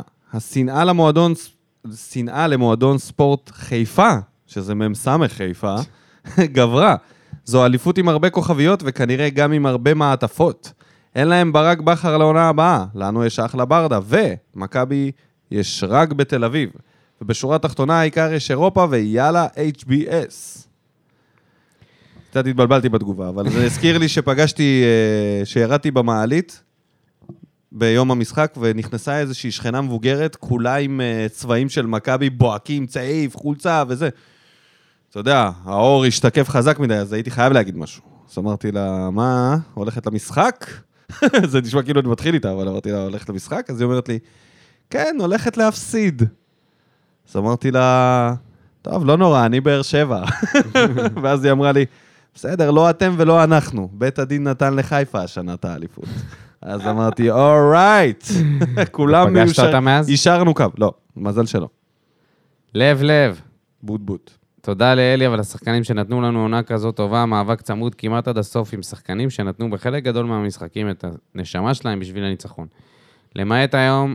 השנאה למועדון ספורט חיפה, שזה ממסמך חיפה, גברה. זו אליפות עם הרבה כוכביות, וכנראה גם עם הרבה מעטפות. אין להם ברק בחר לעונה הבאה, לנו יש אחלה ברדה, ומכבי יש רק בתל אביב. ובשורה התחתונה העיקר יש אירופה, ויאללה HBS. קצת התבלבלתי בתגובה, אבל זה הזכיר לי שפגשתי, שירדתי במעלית ביום המשחק, ונכנסה איזושהי שכנה מבוגרת, כולה עם צבעים של מכבי, בועקים, צעיף, חולצה וזה. אתה יודע, האור השתקף חזק מדי, אז הייתי חייב להגיד משהו. אז אמרתי לה, מה, הולכת למשחק? זה נשמע כאילו אני מתחיל איתה, אבל אמרתי לה, הולכת למשחק? אז היא אומרת לי, כן, הולכת להפסיד. אז אמרתי לה, טוב, לא נורא, אני באר שבע. ואז היא אמרה לי, בסדר, לא אתם ולא אנחנו. בית הדין נתן לחיפה השנה את האליפות. אז אמרתי, אורייט. כולם פגשת אותה מאז? אישרנו קו. לא, מזל שלא. לב. בוט בוט. תודה לאלי, אבל השחקנים שנתנו לנו עונה כזאת טובה, מאבק צמוד כמעט עד הסוף עם שחקנים שנתנו בחלק גדול מהמשחקים את הנשמה שלהם בשביל הניצחון. למעט היום.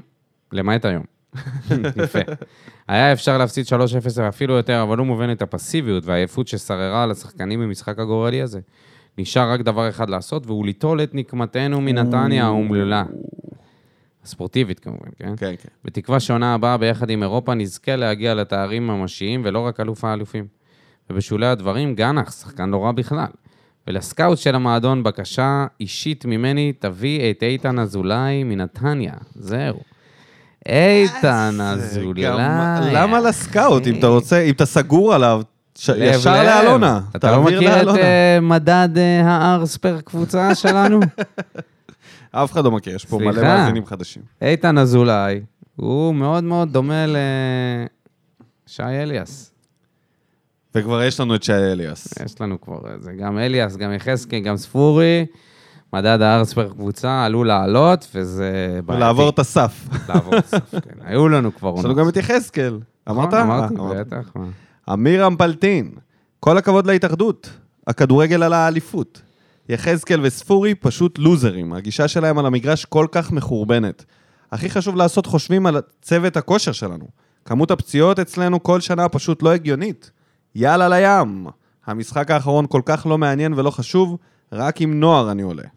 יפה. היה אפשר להפסיד 3-0 ואפילו יותר, אבל לא מובן את הפסיביות והעייפות ששררה על השחקנים במשחק הגורלי הזה. נשאר רק דבר אחד לעשות, והוא ליטול את נקמתנו מנתניה האומללה. ספורטיבית כמובן, כן? כן, כן. בתקווה שעונה הבאה ביחד עם אירופה נזכה להגיע לתארים ממשיים, ולא רק אלוף האלופים. ובשולי הדברים, גנח, שחקן לא רע בכלל. ולסקאוט של המועדון בקשה אישית ממני, תביא את איתן אזולאי מנתניה. זהו. איתן אזולאי. למה לסקאוט? אם אתה רוצה, אם אתה סגור עליו, ישר לאלונה. אתה לא מכיר את מדד הארס פר קבוצה שלנו? אף אחד לא מכיר, יש פה מלא מאזינים חדשים. איתן אזולאי, הוא מאוד מאוד דומה לשי אליאס. וכבר יש לנו את שי אליאס. יש לנו כבר זה, גם אליאס, גם יחזקי, גם ספורי, מדד הארץ פר קבוצה, עלו לעלות, וזה בעייתי. ולעבור את הסף. לעבור את הסף, כן. היו לנו כבר עונות. יש לנו גם את יחזקאל. אמרת? אמרתי, בטח. אמיר אמפלטין, כל הכבוד להתאחדות, הכדורגל על האליפות. יחזקאל וספורי פשוט לוזרים, הגישה שלהם על המגרש כל כך מחורבנת. הכי חשוב לעשות חושבים על צוות הכושר שלנו. כמות הפציעות אצלנו כל שנה פשוט לא הגיונית. יאללה לים. המשחק האחרון כל כך לא מעניין ולא חשוב, רק עם נוער אני עולה.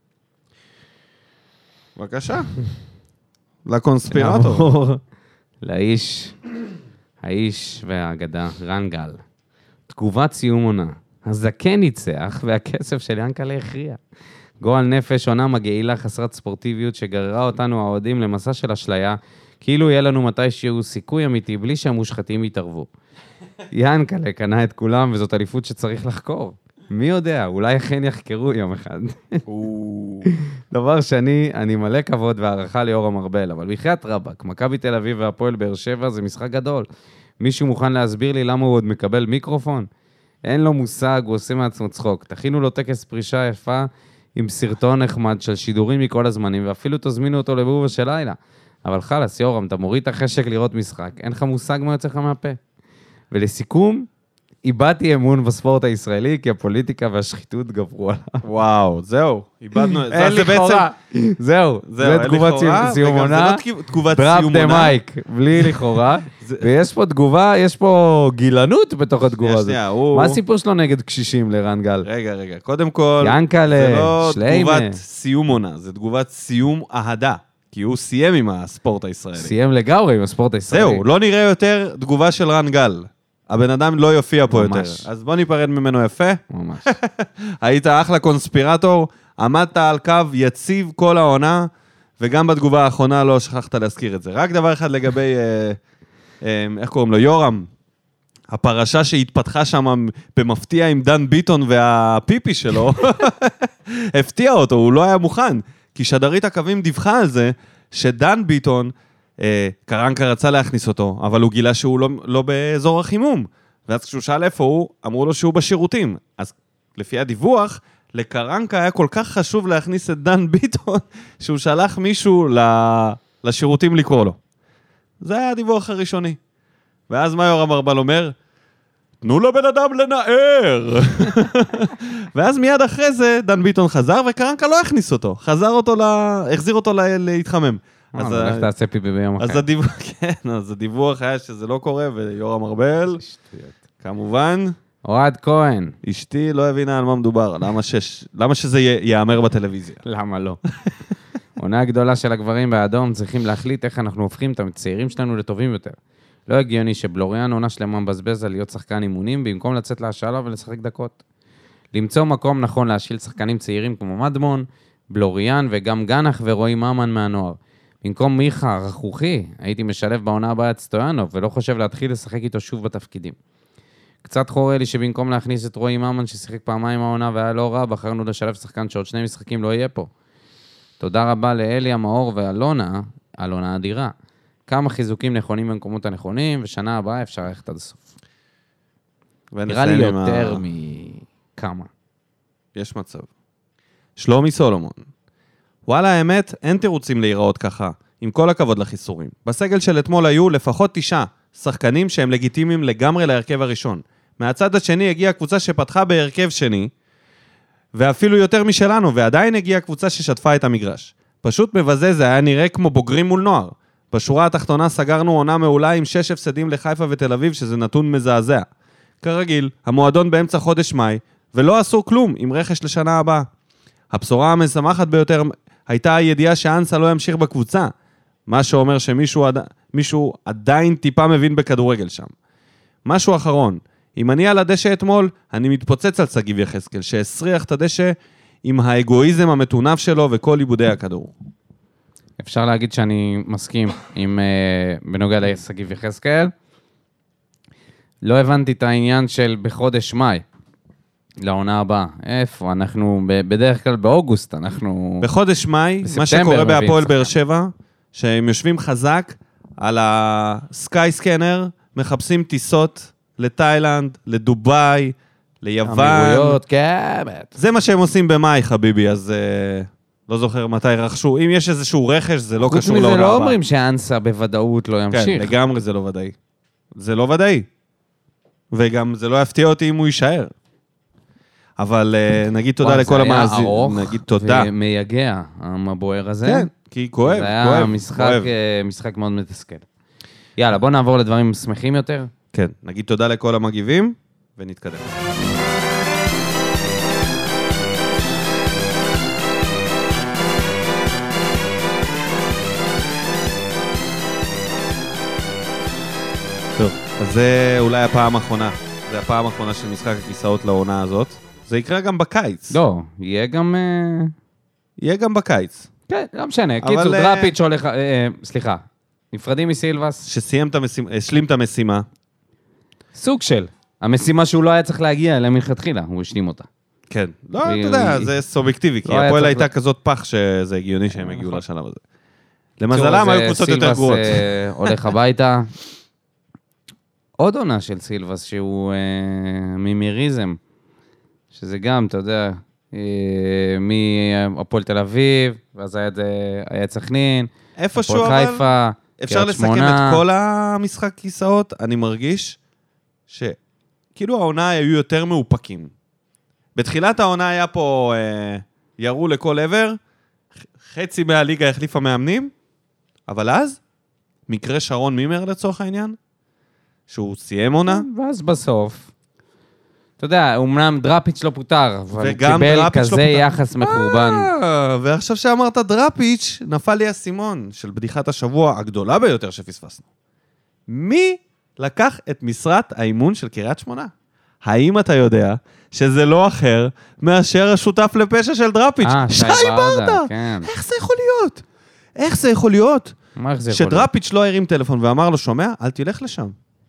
בבקשה. לקונספירטור. האיש והאגדה, רנגל. תגובת סיום עונה. הזקן ניצח והכסף של ינקלה הכריע. גועל נפש, עונה מגעילה חסרת ספורטיביות שגררה אותנו האוהדים למסע של אשליה, כאילו יהיה לנו מתישהו סיכוי אמיתי בלי שהמושחתים יתערבו. ינקלה קנה את כולם וזאת אליפות שצריך לחקור. מי יודע, אולי אכן יחקרו יום אחד. דבר שני, אני מלא כבוד והערכה ליאורם ארבל, אבל בחיית רבאק, מכבי תל אביב והפועל באר שבע זה משחק גדול. מישהו מוכן להסביר לי למה הוא עוד מקבל מיקרופון? אין לו מושג, הוא עושה מעצמו צחוק. תכינו לו טקס פרישה יפה עם סרטון נחמד של שידורים מכל הזמנים, ואפילו תזמינו אותו לבובה של לילה. אבל חלס, יורם, אתה מוריד את החשק לראות משחק, אין לך מושג מה יוצא לך מהפה. ולסיכום, איבדתי אמון בספורט הישראלי, כי הפוליטיקה והשחיתות גברו עליו. וואו, זהו, איבדנו. אין לכאורה. זהו, זה תגובת סיום עונה. זה לא תגובת דראפ סיום דה עונה. מייק, בלי לכאורה. ויש פה תגובה, יש פה גילנות בתוך התגובה הזאת. מה הסיפור שלו נגד קשישים לרנגל? רגע, קודם כל, ינקלה, זה לא שליימה. תגובת סיום עונה, זה תגובת סיום אהדה. כי הוא סיים עם הספורט הישראלי. סיים לגמרי עם הספורט הישראלי. זהו, לא נראה יותר תגובה של רנגל. הבן אדם לא יופיע פה יותר. ממש. אז בוא ניפרד ממנו יפה. ממש. היית אחלה קונספירטור, עמדת על קו יציב כל העונה, וגם בתגובה האחרונה לא שכחת להזכיר את זה. רק דבר אחד לגבי, איך קוראים לו? יורם. הפרשה שהתפתחה שם במפתיע עם דן ביטון והפיפי שלו, הפתיע אותו, הוא לא היה מוכן. כי שדרית הקווים דיווחה על זה, שדן ביטון, קרנקה רצה להכניס אותו, אבל הוא גילה שהוא לא באזור החימום. ואז כשהוא שאל איפה הוא, אמרו לו שהוא בשירותים. אז לפי הדיווח, לקרנקה היה כל כך חשוב להכניס את דן ביטון, שהוא שלח מישהו לשירותים לקרוא לו. זה היה הדיווח הראשוני. ואז מה יורם ארבל אומר? תנו לבן אדם לנער. ואז מיד אחרי זה, דן ביטון חזר, וקרנקה לא הכניס אותו. החזיר אותו להתחמם. אז איך תעשה פיפי ביום אחר? אז הדיווח היה שזה לא קורה, ויורם ארבל, כמובן, אוהד כהן. אשתי לא הבינה על מה מדובר, למה שזה יאמר בטלוויזיה? למה לא? עונה הגדולה של הגברים באדום, צריכים להחליט איך אנחנו הופכים את הצעירים שלנו לטובים יותר. לא הגיוני שבלוריאן עונה שלמה מבזבז על להיות שחקן אימונים, במקום לצאת להשאלה ולשחק דקות. למצוא מקום נכון להשיל שחקנים צעירים כמו מדמון, בלוריאן וגם גנח ורועי ממן מהנוער. במקום מיכה, רכוכי, הייתי משלב בעונה הבאה את סטויאנוב, ולא חושב להתחיל לשחק איתו שוב בתפקידים. קצת חורה לי שבמקום להכניס את רועי ממן ששיחק פעמיים העונה והיה לא רע, בחרנו לשלב שחקן שעוד 2 משחקים לא יהיה פה. תודה רבה לאלי המאור ואלונה, אלונה אדירה. כמה חיזוקים נכונים במקומות הנכונים, ושנה הבאה אפשר ללכת עד הסוף. נראה לי יותר מכמה. יש מצב. שלומי סולומון. וואלה, האמת, אין תירוצים להיראות ככה, עם כל הכבוד לחיסורים. בסגל של אתמול היו לפחות 9 שחקנים שהם לגיטימיים לגמרי להרכב הראשון. מהצד השני הגיעה קבוצה שפתחה בהרכב שני, ואפילו יותר משלנו, ועדיין הגיעה קבוצה ששטפה את המגרש. פשוט מבזה, זה היה נראה כמו בוגרים מול נוער. בשורה התחתונה סגרנו עונה מעולה עם 6 הפסדים לחיפה ותל אביב, שזה נתון מזעזע. כרגיל, המועדון באמצע חודש מאי, ולא עשו כלום עם רכש לשנה הבאה. הבשורה המשמחת ביותר הייתה הידיעה שאנסה לא ימשיך בקבוצה. מה שאומר שמישהו עדיין טיפה מבין בכדורגל שם. משהו אחרון, אם אני על הדשא אתמול, אני מתפוצץ על שגיב יחזקאל, שהסריח את הדשא עם האגואיזם המתונף שלו וכל עיבודי הכדור. אפשר להגיד שאני מסכים עם בנוגע לשגיב יחזקאל. לא הבנתי את העניין של בחודש מאי, לעונה הבאה. איפה? אנחנו בדרך כלל באוגוסט, אנחנו... בחודש מאי, מה שקורה בהפועל באר שבע, שהם יושבים חזק על הסקאי סקנר, מחפשים טיסות לתאילנד, לדובאי, ליוון. אמירויות, כן. זה מה שהם עושים במאי, חביבי, אז לא זוכר מתי רכשו. אם יש איזשהו רכש, זה לא קשור לעונה הבאה. חוץ מזה לא אומרים שאנסה בוודאות לא ימשיך. כן, לגמרי זה לא ודאי. זה לא ודאי. וגם זה לא יפתיע אותי אם הוא יישאר. אבל נגיד תודה לכל המאזינים. זה היה ארוך נגיד תודה. ומייגע, המבוער הזה. כן, כי כואב, זה היה משחק מאוד מתסכל. יאללה, בוא נעבור לדברים שמחים יותר. כן, נגיד תודה לכל המגיבים, ונתקדם. טוב, אז זה אולי הפעם האחרונה. זה הפעם האחרונה של משחק הכיסאות לעונה הזאת. זה יקרה גם בקיץ. לא, יהיה גם... יהיה גם בקיץ. כן, לא משנה. קיצור, דראפיץ' הולך... סליחה, נפרדים מסילבס. השלים את המשימה. סוג של. המשימה שהוא לא היה צריך להגיע אליה מלכתחילה, הוא השלים אותה. כן. לא, אתה יודע, זה סובייקטיבי, כי הפועל הייתה כזאת פח שזה הגיוני שהם הגיעו לשלב הזה. למזלם היו קבוצות יותר גרועות. סילבס הולך הביתה. עוד עונה של סילבס, שהוא ממיריזם, שזה גם, אתה יודע, מהפועל תל אביב, ואז היה סכנין, איפשהו הפועל חיפה, אפשר לסכם את כל המשחק כיסאות, אני מרגיש שכאילו העונה היו יותר מאופקים. בתחילת העונה היה פה, ירו לכל עבר, חצי מהליגה החליפה מאמנים, אבל אז, מקרה שרון מימר לצורך העניין, שהוא סיים עונה. ואז בסוף, אתה יודע, אומנם דראפיץ' לא פוטר, אבל קיבל כזה יחס מחורבן. ועכשיו שאמרת דראפיץ', נפל לי הסימון של בדיחת השבוע הגדולה ביותר שפספסנו. מי לקח את משרת האימון של קריית שמונה? האם אתה יודע שזה לא אחר מאשר השותף לפשע של דראפיץ'? שי ברדה! כן. איך זה יכול להיות? איך זה יכול להיות? שדראפיץ' לא הרים טלפון ואמר לו, שומע, אל תלך לשם.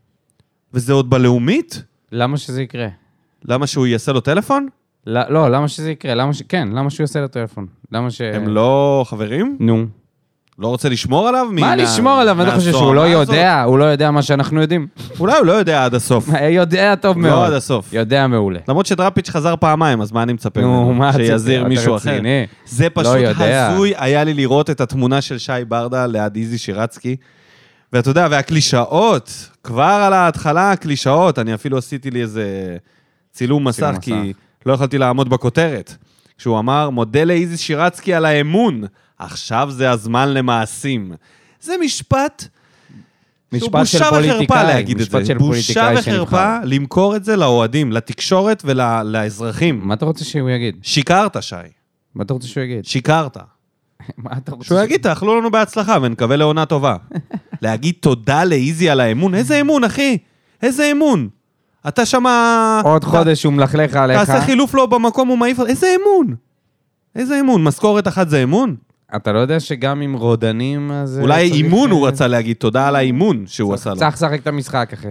וזה עוד בלאומית? למה שזה יקרה? למה שהוא יעשה לו טלפון? לא, למה שזה יקרה? כן, למה שהוא יעשה לו טלפון? הם לא חברים? נו. לא רוצה לשמור עליו? מה לשמור עליו? אני חושב שהוא לא יודע, הוא לא יודע מה שאנחנו יודעים. אולי הוא לא יודע עד הסוף. יודע טוב מאוד. לא עד הסוף. יודע מעולה. למרות שדראפיץ' חזר פעמיים, אז מה אני מצפה? נו, מה שיזיר מישהו אחר. זה פשוט הזוי היה לי לראות את התמונה של שי ברדה ליד איזי שירצקי. ואתה יודע, והקלישאות, כבר על ההתחלה הקלישאות, אני אפילו עשיתי לי איזה צילום מסך, כי לא יכולתי לעמוד בכותרת. כשהוא אמר, מודה לאיזי שירצקי על האמון, עכשיו זה הזמן למעשים. זה משפט שהוא בושה וחרפה להגיד את זה. בושה וחרפה למכור את זה לאוהדים, לתקשורת ולאזרחים. מה אתה רוצה שהוא יגיד? שיקרת, שי. מה אתה רוצה שהוא יגיד? שיקרת. מה אתה רוצה שהוא יגיד, תאכלו לנו בהצלחה ונקווה לעונה טובה. להגיד תודה לאיזי על האמון. איזה אמון, אחי? איזה אמון? אתה שמה... עוד חודש הוא מלכלך עליך. תעשה חילוף לו במקום, הוא מעיף... איזה אמון? איזה אמון? משכורת אחת זה אמון? אתה לא יודע שגם עם רודנים... אולי אימון הוא רצה להגיד, תודה על האימון שהוא עשה לו. צריך לשחק את המשחק, אחי.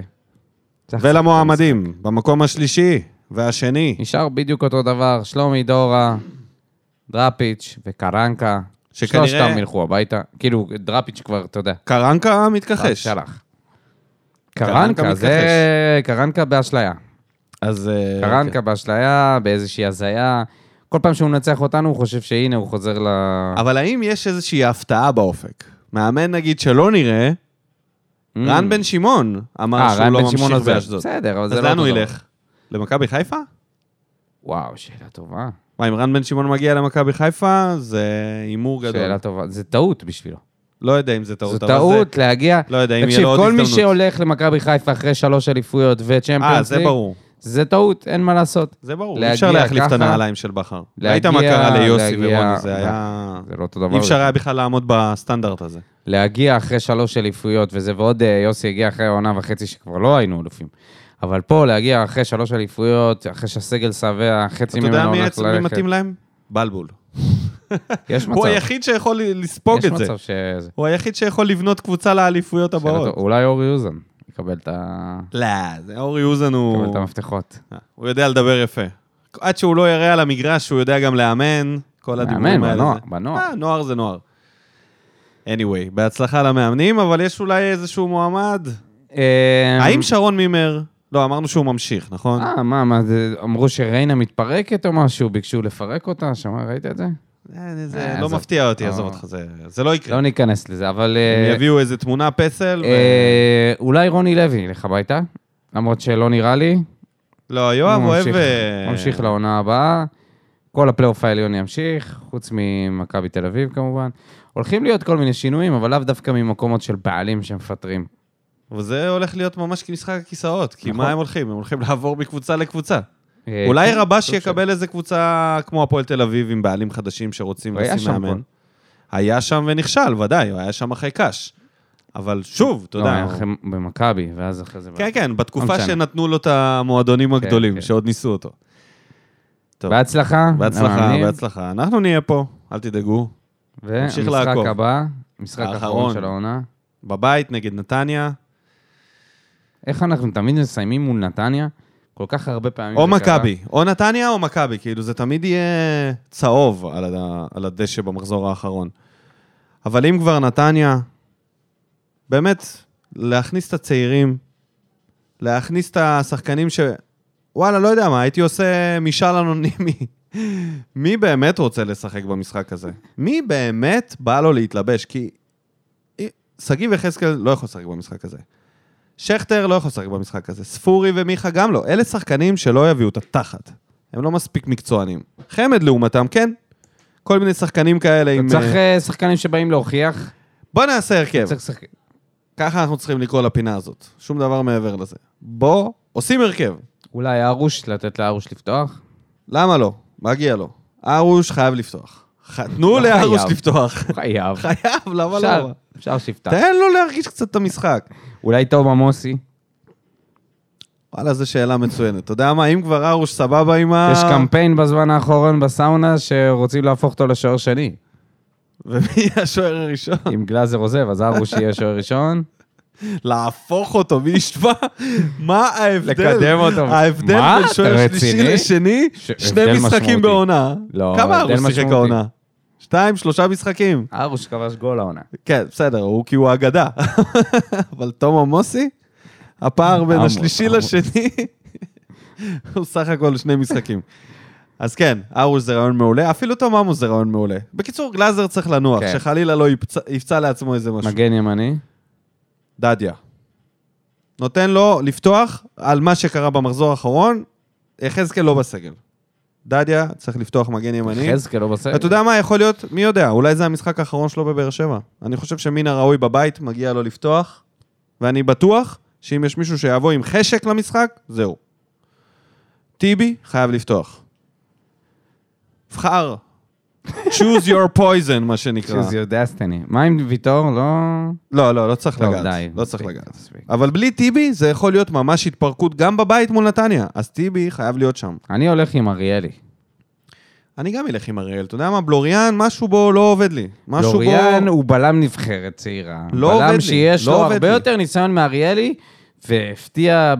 ולמועמדים, במקום השלישי והשני. נשאר בדיוק אותו דבר, שלומי דורה, דראפיץ' וקרנקה. שלושתם ילכו הביתה. כאילו, דראפיץ' כבר, אתה יודע. קרנקה מתכחש. קרנקה, זה קרנקה באשליה. אז... קרנקה באשליה, באיזושהי הזיה. כל פעם שהוא מנצח אותנו, הוא חושב שהנה, הוא חוזר ל... אבל האם יש איזושהי הפתעה באופק? מאמן נגיד שלא נראה, רן בן שמעון אמר שהוא לא ממשיך באשדוד. בסדר, אבל זה לא... אז לאן הוא ילך? למכבי חיפה? וואו, שאלה טובה. מה, אם רן בן שמעון מגיע למכבי חיפה, זה הימור גדול. שאלה טובה, זה טעות בשבילו. לא יודע אם זה טעות. זו טעות להגיע... לא יודע אם יהיה לו עוד הזדמנות. כל מי שהולך למכבי חיפה אחרי 3 אליפויות וצ'מפיונס ליג, זה ברור. זה טעות, אין מה לעשות. זה ברור, אי אפשר להחליף את הנעליים של בכר. ראית מה קרה ליוסי ורוני, זה היה... זה לא אותו דבר. אי אפשר היה בכלל לעמוד בסטנדרט הזה. להגיע אחרי 3 אליפויות, וזה ועוד יוסי הגיע אחרי העונה וחצי שכבר לא היינו אלופים. אבל פה להגיע אחרי 3 אליפויות, אחרי שהסגל שבע, חצי ממנו הולך ללכת. מי מתאים להם? בלבול. יש מצב. הוא היחיד שיכול לספוג את זה. הוא היחיד שיכול לבנות קבוצה לאליפויות הבאות. אולי אורי אוזן יקבל את ה... לא, אורי אוזן הוא... יקבל את המפתחות. הוא יודע לדבר יפה. עד שהוא לא יראה על המגרש, הוא יודע גם לאמן, כל הדיבורים האלה. מאמן, בנוער. נוער זה נוער. anyway, בהצלחה למאמנים, אבל יש אולי איזשהו מועמד. האם שרון מימר... לא, אמרנו שהוא ממשיך, נכון? מה, אמרו שריינה מתפרקת או משהו, ביקשו לפרק אותה, ראית את זה? זה לא מפתיע אותי, עזוב אותך, זה לא יקרה. לא ניכנס לזה, אבל... הם יביאו איזה תמונה פסל. אולי רוני לוי, לך הביתה, למרות שלא נראה לי. לא, יואב אוהב... ממשיך לעונה הבאה, כל הפלייאוף העליון ימשיך, חוץ ממכבי תל אביב כמובן. הולכים להיות כל מיני שינויים, אבל לאו דווקא ממקומות של בעלים שמפטרים. וזה הולך להיות ממש כמשחק הכיסאות, כי מה הם הולכים? הם הולכים לעבור מקבוצה לקבוצה. אולי רבש יקבל איזה קבוצה כמו הפועל תל אביב עם בעלים חדשים שרוצים לשים מאמן. היה שם ונכשל, ודאי, הוא היה שם אחרי קש. אבל שוב, אתה יודע... לא, היה במכבי, ואז אחרי זה... כן, כן, בתקופה שנתנו לו את המועדונים הגדולים, שעוד ניסו אותו. בהצלחה. בהצלחה. אנחנו נהיה פה, אל תדאגו. ומשחק הבא, משחק האחרון של העונה. בבית נגד נתניה. איך אנחנו תמיד מסיימים מול נתניה? כל כך הרבה פעמים או מכבי, או נתניה או מכבי, כאילו זה תמיד יהיה צהוב על הדשא במחזור האחרון. אבל אם כבר נתניה, באמת, להכניס את הצעירים, להכניס את השחקנים וואלה, לא יודע מה, הייתי עושה משאל אנונימי. מי באמת רוצה לשחק במשחק הזה? מי באמת בא לו להתלבש? כי סגי וחזקאל לא יכול לשחק במשחק הזה. שכתר לא יכול לשחק במשחק הזה. ספורי ומיכה גם לא. אלה שחקנים שלא יביאו את התחת. הם לא מספיק מקצוענים. חמד לעומתם, כן? כל מיני שחקנים כאלה עם... צריך שחקנים שבאים להוכיח. בוא נעשה הרכב. ככה אנחנו צריכים לקרוא לפינה הזאת. שום דבר מעבר לזה. בוא, עושים הרכב. אולי ארוש, לתת לארוש לפתוח? למה לא? מגיע לו. ארוש חייב לפתוח. תנו לארוש לפתוח. חייב. חייב, למה לא? אפשר שיפתח. תן לו להרגיש קצת את המשחק. אולי טוב עמוסי. וואלה, זו שאלה מצוינת. אתה יודע מה, אם כבר ארוש סבבה עם יש קמפיין בזמן האחרון בסאונה שרוצים להפוך אותו לשוער שני. ומי השוער הראשון? אם גלאזר עוזב, אז ארוש יהיה שוער ראשון. להפוך אותו, מי ישתבע? מה ההבדל? לקדם אותו. ההבדל בין שוער שלישי לשני, 2 משחקים בעונה. כמה ארוש שיחק העונה? 2, 3 משחקים. ארוש כבש גול העונה. כן, בסדר, כי הוא אגדה. אבל תום עמוסי, הפער בין השלישי לשני, הוא סך הכל 2 משחקים. אז כן, ארוש זה רעיון מעולה, אפילו תום עמוס זה רעיון מעולה. בקיצור, גלאזר צריך לנוח, שחלילה לא יפצע לעצמו איזה משהו. מגן ימני? דדיה. נותן לו לפתוח על מה שקרה במחזור האחרון, חזקאל לא בסגל. דדיה צריך לפתוח מגן ימני. חזקאל לא בסגל. אתה יודע מה יכול להיות? מי יודע? אולי זה המשחק האחרון שלו בבאר שבע. אני חושב שמין הראוי בבית מגיע לו לפתוח, ואני בטוח שאם יש מישהו שיבוא עם חשק למשחק, זהו. טיבי חייב לפתוח. בחר. choose your poison, מה שנקרא. choose your destiny. מה עם ויטור? לא צריך לגעת. לא צריך לגעת. אבל בלי טיבי זה יכול להיות ממש התפרקות גם בבית מול נתניה. אז טיבי חייב להיות שם. אני הולך עם אריאלי. אני גם אלך עם אריאל. אתה יודע מה? בלוריאן, משהו בו לא עובד לי. בלוריאן הוא בלם נבחרת צעירה. לא עובד לי. בלם שיש לו הרבה יותר ניסיון מאריאלי, והפתיע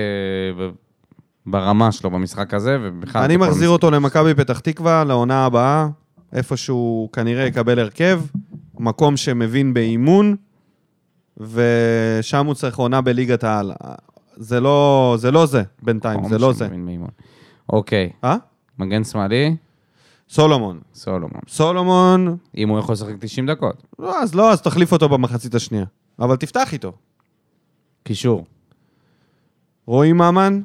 ברמה שלו במשחק הזה. אני מחזיר אותו למכבי פתח תקווה, לעונה הבאה. איפשהו כנראה יקבל הרכב, מקום שמבין באימון, ושם הוא צריך עונה בליגת העל. זה לא זה, בינתיים, זה לא זה. אוקיי. מגן שמאלי? סולומון. סולומון. אם הוא יכול לשחק 90 דקות. לא, אז תחליף אותו במחצית השנייה. אבל תפתח איתו. קישור. רועי ממן?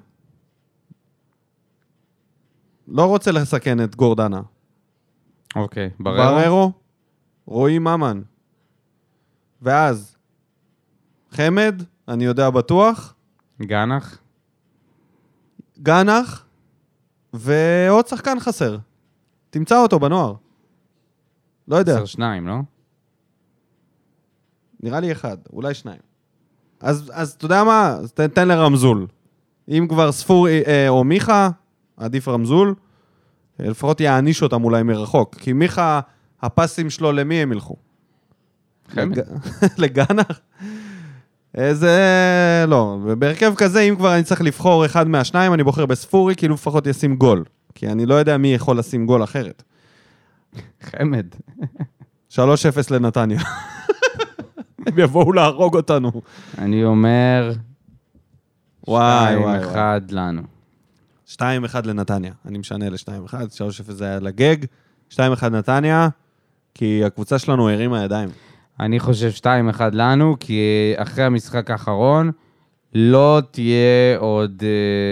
לא רוצה לסכן את גורדנה. אוקיי, בררו, רועי ממן. ואז, חמד, אני יודע בטוח. גנח. גנח, ועוד שחקן חסר. תמצא אותו בנוער. לא יודע. 2, לא? נראה לי 1, אולי 2. אז אתה יודע מה? אז תן לרמזול. אם כבר ספור או מיכה, עדיף רמזול, לפחות יעניש אותם אולי מרחוק. כי מיכה, הפסים שלו למי הם ילכו? לגנח? זה לא. ובהרכב כזה, אם כבר אני צריך לבחור אחד מהשניים, אני בוחר בספורי, כאילו לפחות ישים גול. כי אני לא יודע מי יכול לשים גול אחרת. חמד. 3-0 לנתניה. הם יבואו להרוג אותנו. אני אומר... וואי. 2-1 לנו. 2-1 לנתניה. אני משנה ל-2-1, 3-0 זה היה לגג. 2-1 נתניה, כי הקבוצה שלנו הרימה ידיים. אני חושב 2-1 לנו, כי אחרי המשחק האחרון, לא תהיה עוד...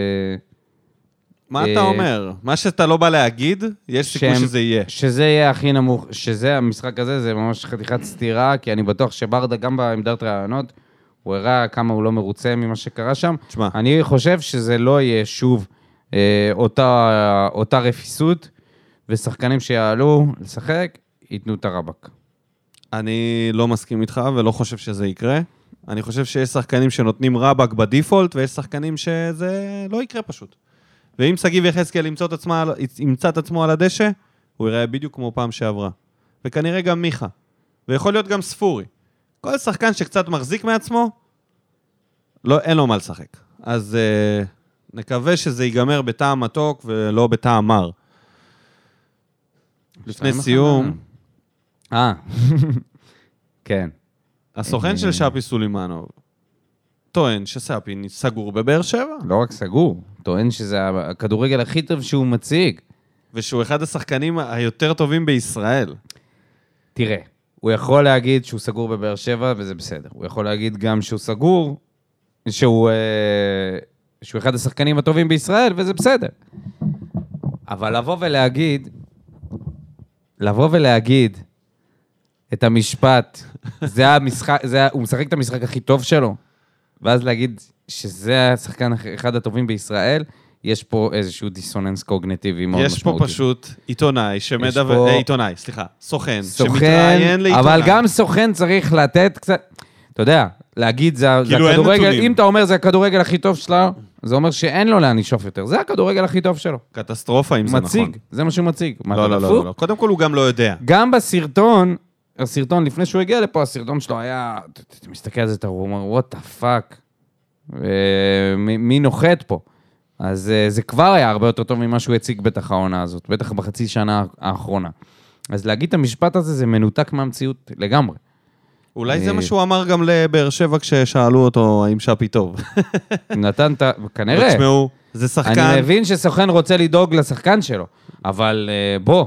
מה אתה אומר? מה שאתה לא בא להגיד, יש סיכוי שזה יהיה. שזה יהיה הכי נמוך, שזה המשחק הזה, זה ממש חתיכת סתירה, כי אני בטוח שברדה, גם בעמדת רעיונות, הוא הראה כמה הוא לא מרוצה ממה שקרה שם. תשמע. אני חושב שזה לא יהיה שוב אותה רפיסות, ושחקנים שיעלו לשחק, ייתנו את הרבק. אני לא מסכים איתך ולא חושב שזה יקרה. אני חושב שיש שחקנים שנותנים רבק בדיפולט, ויש שחקנים שזה לא יקרה פשוט. ואם סגיב יחזקאל ימצא את עצמו על הדשא, הוא יראה בדיוק כמו פעם שעברה. וכנראה גם מיכה. ויכול להיות גם ספורי. כל שחקן שקצת מחזיק מעצמו, אין לו מה לשחק. אז נקווה שזה ייגמר בטעם מתוק ולא בטעם מר. לפני סיום... כן. הסוכן של שפי סולימנוב טוען שספי סגור בבאר שבע. לא רק סגור, טוען שזה הכדורגל הכי טוב שהוא מציג. ושהוא אחד השחקנים היותר טובים בישראל. תראה, הוא יכול להגיד שהוא סגור בבאר שבע, וזה בסדר. הוא יכול להגיד גם שהוא סגור, שהוא אחד השחקנים הטובים בישראל, וזה בסדר. אבל לבוא ולהגיד את המשפט, הוא משחק את המשחק הכי טוב שלו, ואז להגיד שזה השחקן אחד הטובים בישראל, יש פה איזשהו דיסוננס קוגניטיבי מאוד משמעותי. יש פה פשוט סוכן שמתראיין לעיתונאי. אבל גם סוכן צריך לתת קצת, אתה יודע, להגיד זה הכדורגל, אם אתה אומר זה הכדורגל הכי טוב שלו, זה אומר שאין לו לאן לשאוף יותר, זה הכדורגל הכי טוב שלו. קטסטרופה אם זה נכון. זה מה שהוא מציג. לא. קודם כל הוא גם לא יודע. גם הסרטון לפני שהוא הגיע לפה, הסרטון שלו היה, אתה מסתכל על זה, אתה אומר, what the fuck, מי נוחת פה? אז זה כבר היה הרבה יותר טוב ממה שהוא הציג בטח העונה הזאת, בטח בחצי שנה האחרונה. אז להגיד את המשפט הזה, זה מנותק מהמציאות לגמרי. אולי זה מה שהוא אמר גם לבאר שבע כששאלו אותו האם שפי טוב. נתן, כנראה. תשמעו, זה שחקן... אני מבין שסוכן רוצה לדאוג לשחקן שלו, אבל בוא,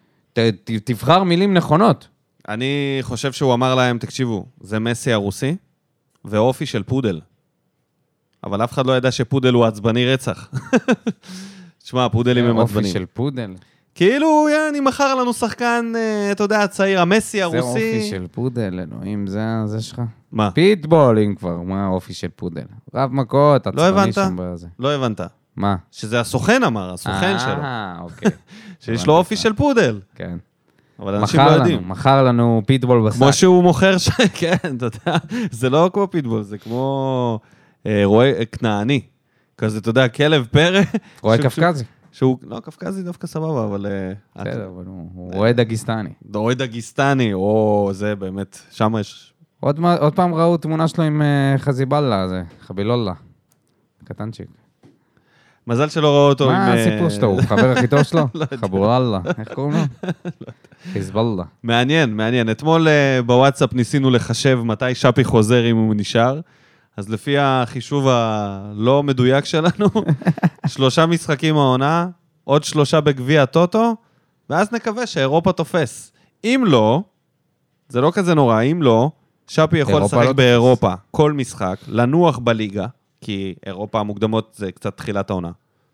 תבחר מילים נכונות. אני חושב שהוא אמר להם, תקשיבו, זה מסי הרוסי, ואופי של פודל. אבל אף אחד לא ידע שפודל הוא עצבני רצח. תשמע, פודלים הם עצבנים. אופי של פודל. כאילו, אני מחר לנו שחקן, אתה יודע, הצעיר, המסי הרוסי. זה אופי של פודל, אלוהים, זה שלך. מה? פיטבולים כבר, מה אופי של פודל? רב מכות, עצבני שם בזה. לא הבנת. מה? שזה הסוכן אמר, הסוכן שלו. אוקיי. שיש לו אופי של פודל. כן. אבל אנשים לא יודעים. מחר לנו פיטבול בשק. כמו שהוא מוכר, כן, אתה יודע, זה לא כמו פיטבול, זה כמו רואה כנעני. כזה, אתה יודע, כלב פרא. רואה קפקזי. לא, קפקזי דווקא סבבה, אבל... בסדר, אבל הוא רואה דגיסטני. רואה דגיסטני, זה באמת, שם יש... עוד פעם ראו תמונה שלו עם חזיבאללה, זה חבילולה. קטנצ'יק. מזל שלא ראו אותו עם... מה הסיפור שלו? הוא חבר הכי טוב שלו? חבורלה. איך קוראים לו? חיזבאללה. מעניין. אתמול בוואטסאפ ניסינו לחשב מתי שפי חוזר אם הוא נשאר. אז לפי החישוב הלא מדויק שלנו, 3 משחקים העונה, עוד 3 בגביע הטוטו, ואז נקווה שאירופה תופס. אם לא, זה לא כזה נורא, אם לא, שפי יכול לשחק באירופה כל משחק, לנוח בליגה, כי אירופה המוקדמות זה קצת תחילת העונה.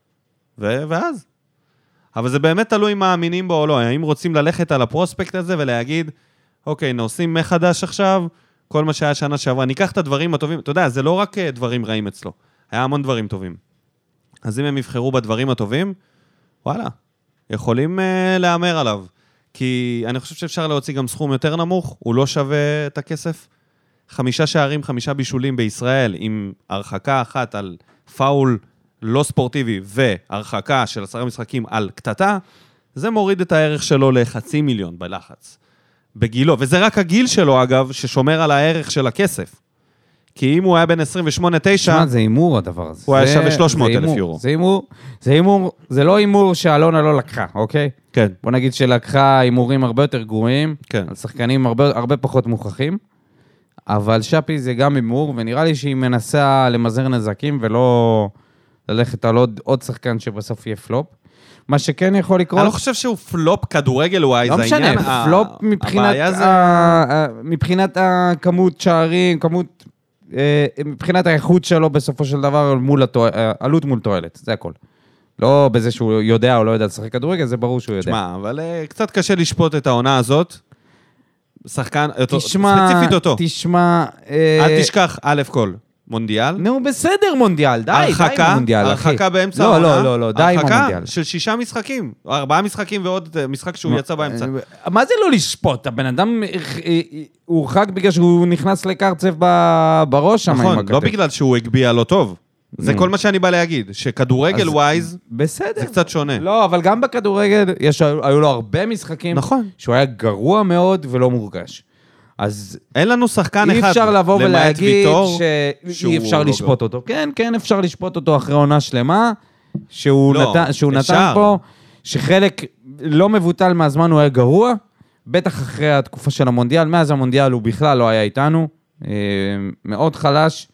ואז. אבל זה באמת תלוי אם מאמינים בו או לא. האם רוצים ללכת על הפרוספקט הזה ולהגיד, אוקיי, נעושים מחדש עכשיו, כל מה שהיה שנה שעברה, ניקח את הדברים הטובים, אתה יודע, זה לא רק דברים רעים אצלו, היה המון דברים טובים. אז אם הם יבחרו בדברים הטובים, וואלה, יכולים לאמר עליו. כי אני חושב שאפשר להוציא גם סכום יותר נמוך, הוא לא שווה את הכסף. 5 שערים, 5 בישולים בישראל, עם הרחקה אחת על פאול לא ספורטיבי, והרחקה של 10 משחקים על קטטה, זה מוריד את הערך שלו ל500,000 בלחץ. בגילו, וזה רק הגיל שלו, אגב, ששומר על הערך של הכסף. כי אם הוא היה בין 28-9... שמה, זה אימור הדבר הזה. הוא היה שווה 300,000 יורו. זה אימור, זה לא אימור שאלונה לא לקחה, אוקיי? כן. בוא נגיד שלקחה אימורים הרבה יותר גרועים, כן. על שחקנים הרבה פחות מוכחים, אבל שפי זה גם אימור, ונראה לי שהיא מנסה למזער נזקים, ולא ללכת על עוד שחקן שבסוף יהיה פלופ. מה שכן יכול לקרות... אני לא חושב שהוא פלופ כדורגל וואי, זה העניין. לא משנה, פלופ מבחינת הכמות שערים, מבחינת האיכות שלו בסופו של דבר, עלות מול תועלת, זה הכל. לא בזה שהוא יודע או לא יודע לשחק כדורגל, זה ברור שהוא יודע. תשמע, אבל קצת קשה לשפוט את העונה הזאת. שחקן, ספציפית אותו. תשמע... אל תשכח, א' כל. מונדיאל. נו, בסדר מונדיאל, די עם המונדיאל, אחי. הרחקה באמצע העונה. לא, די עם המונדיאל. הרחקה של 6 משחקים, 4 משחקים ועוד משחק שהוא יצא באמצע. מה זה לא לשפוט? הבן אדם הוא הורחק בגלל שהוא נכנס לקרצב בראש שם. נכון, לא בגלל שהוא הגביע לא טוב. זה כל מה שאני בא להגיד, שכדורגל ווייז, זה קצת שונה. לא, אבל גם בכדורגל היו לו הרבה משחקים, שהוא היה גרוע מאוד ולא מורגש. אז אין לנו שחקן אחד, אי אפשר לבוא ולהגיד שאי אפשר לשפוט אותו. כן, כן, אפשר לשפוט אותו אחרי עונה שלמה, שהוא נתן פה, שחלק לא מבוטל מהזמן הוא היה גרוע, בטח אחרי התקופה של המונדיאל, מאז המונדיאל הוא בכלל לא היה איתנו, מאוד חלש.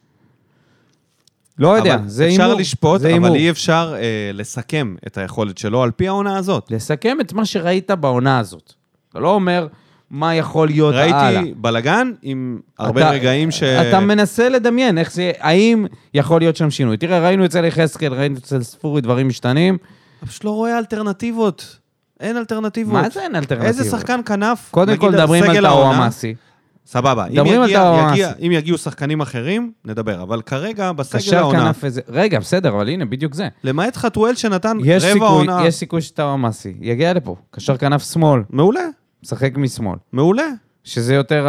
לא יודע, זה אימור. אפשר לשפוט, אבל אי אפשר לסכם את היכולת שלו על פי העונה הזאת. לסכם את מה שראית בעונה הזאת. אתה לא אומר... מה יכול להיות הלאה. ראיתי בלגן עם הרבה רגעים אתה מנסה לדמיין, איך זה, האם יכול להיות שם שינוי. תראה, ראינו אצל יחזקאל, ראינו אצל ספורי, דברים משתנים. אבל פשוט לא רואה אלטרנטיבות. אין אלטרנטיבות. מה זה אין אלטרנטיבות? איזה שחקן כנף, קודם כל מדברים על טאוואמאסי. סבבה. אם יגיעו שחקנים אחרים, נדבר. אבל כרגע, בסגל העונה... רגע, בסדר, אבל הנה, בדיוק זה. למעט חתואל שנתן רבע העונה... יש סיכוי שטאוואמאסי יגיע לפה. קשר כנף שמאל. מעולה. משחק משמאל. מעולה. שזה יותר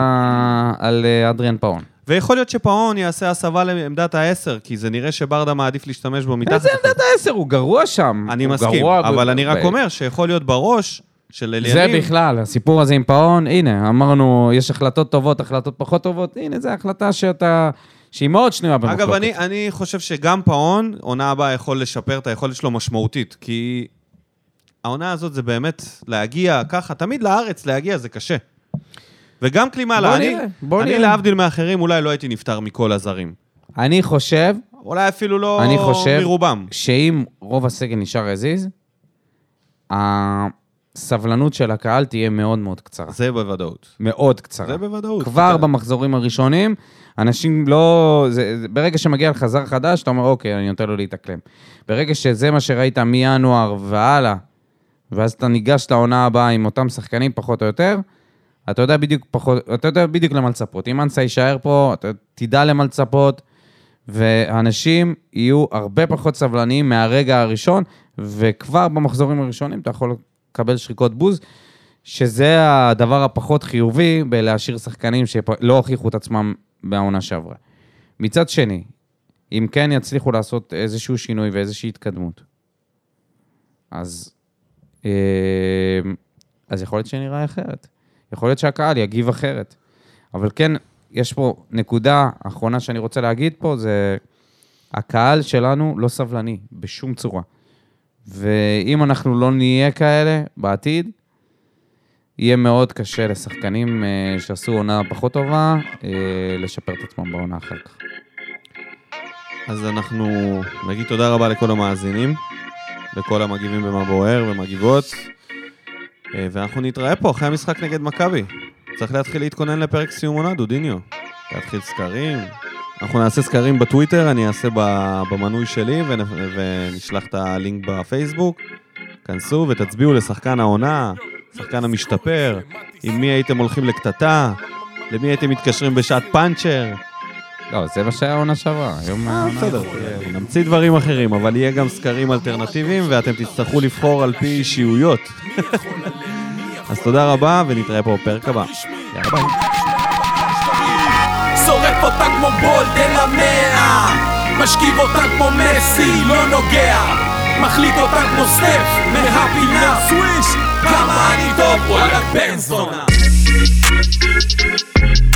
על אדריאן פאון. ויכול להיות שפאון יעשה הסבה לעמדת ה-10, כי זה נראה שברדה מעדיף להשתמש בו מתחת. איזה עמדת ה-10? הוא גרוע שם. אני מסכים, אבל אני רק אומר שיכול להיות בראש של אליניב. זה בכלל, הסיפור הזה עם פאון, הנה, אמרנו, יש החלטות טובות, החלטות פחות טובות, הנה, זו החלטה שהיא מאוד שנויה במחלוקת. אגב, אני חושב שגם פאון, עונה הבאה יכול לשפר את היכולת שלו משמעותית, כי העונה הזאת זה באמת להגיע ככה, תמיד לארץ להגיע זה קשה. וגם קלימאלה, אני להבדיל מאחרים, אולי לא הייתי נפטר מכל הזרים. אני חושב... אולי אפילו לא מרובם. שאם רוב הסגל נשאר הזיז, הסבלנות של הקהל תהיה מאוד מאוד קצרה. זה בוודאות. מאוד קצרה. זה בוודאות. כבר במחזורים הראשונים, אנשים לא... ברגע שמגיע לחזר חדש, אתה אומר, אוקיי, אני נותן לו להתאקלם. ברגע שזה מה שראית מינואר והלאה, ואז אתה ניגש לעונה הבאה עם אותם שחקנים פחות או יותר, אתה יודע בדיוק למה לצפות. אם אנסה יישאר פה, אתה תדע למה לצפות, ואנשים יהיו הרבה פחות סבלניים מהרגע הראשון, וכבר במחזורים הראשונים אתה יכול לקבל שריקות בוז, שזה הדבר הפחות חיובי בלהשאיר שחקנים שלא הוכיחו את עצמם בעונה שעברה. מצד שני, אם כן יצליחו לעשות איזשהו שינוי ואיזושהי התקדמות, אז יכול להיות שנראה אחרת. יכול להיות שהקהל יגיב אחרת. אבל כן, יש פה נקודה האחרונה שאני רוצה להגיד פה, זה הקהל שלנו לא סבלני, בשום צורה. ואם אנחנו לא נהיה כאלה בעתיד, יהיה מאוד קשה לשחקנים שעשו עונה פחות טובה, לשפר את עצמם בעונה אחר כך. אז אנחנו נגיד תודה רבה לכל המאזינים, לכל המגיבים במה בוער ומגיבות, ואנחנו נתראה פה אחרי המשחק נגד מכבי. צריך להתחיל להתכונן לפרק סיום עונה, דודיניו. להתחיל סקרים. אנחנו נעשה סקרים בטוויטר, אני אעשה במנוי שלי, ונשלח את הלינק בפייסבוק. כנסו ותצביעו לשחקן העונה, שחקן המשתפר, עם מי הייתם הולכים לקטטה, למי הייתם מתקשרים בשעת פאנצ'ר. לא, זה מה שהיה עונה שעברה. בסדר, נמציא דברים אחרים, אבל יהיה גם סקרים אלטרנטיביים, ואתם תצטרכו לבחור על פי אישיויות. אז תודה רבה, ונתראה פה בפרק הבא. יאללה ביי. שורף אותה כמו בולד אל המאה, משכיב אותה כמו מסי, לא נוגע, מחליט אותה כמו סטף מהפינה, סוויש, כמה אני טוב, וואלה בן זונה.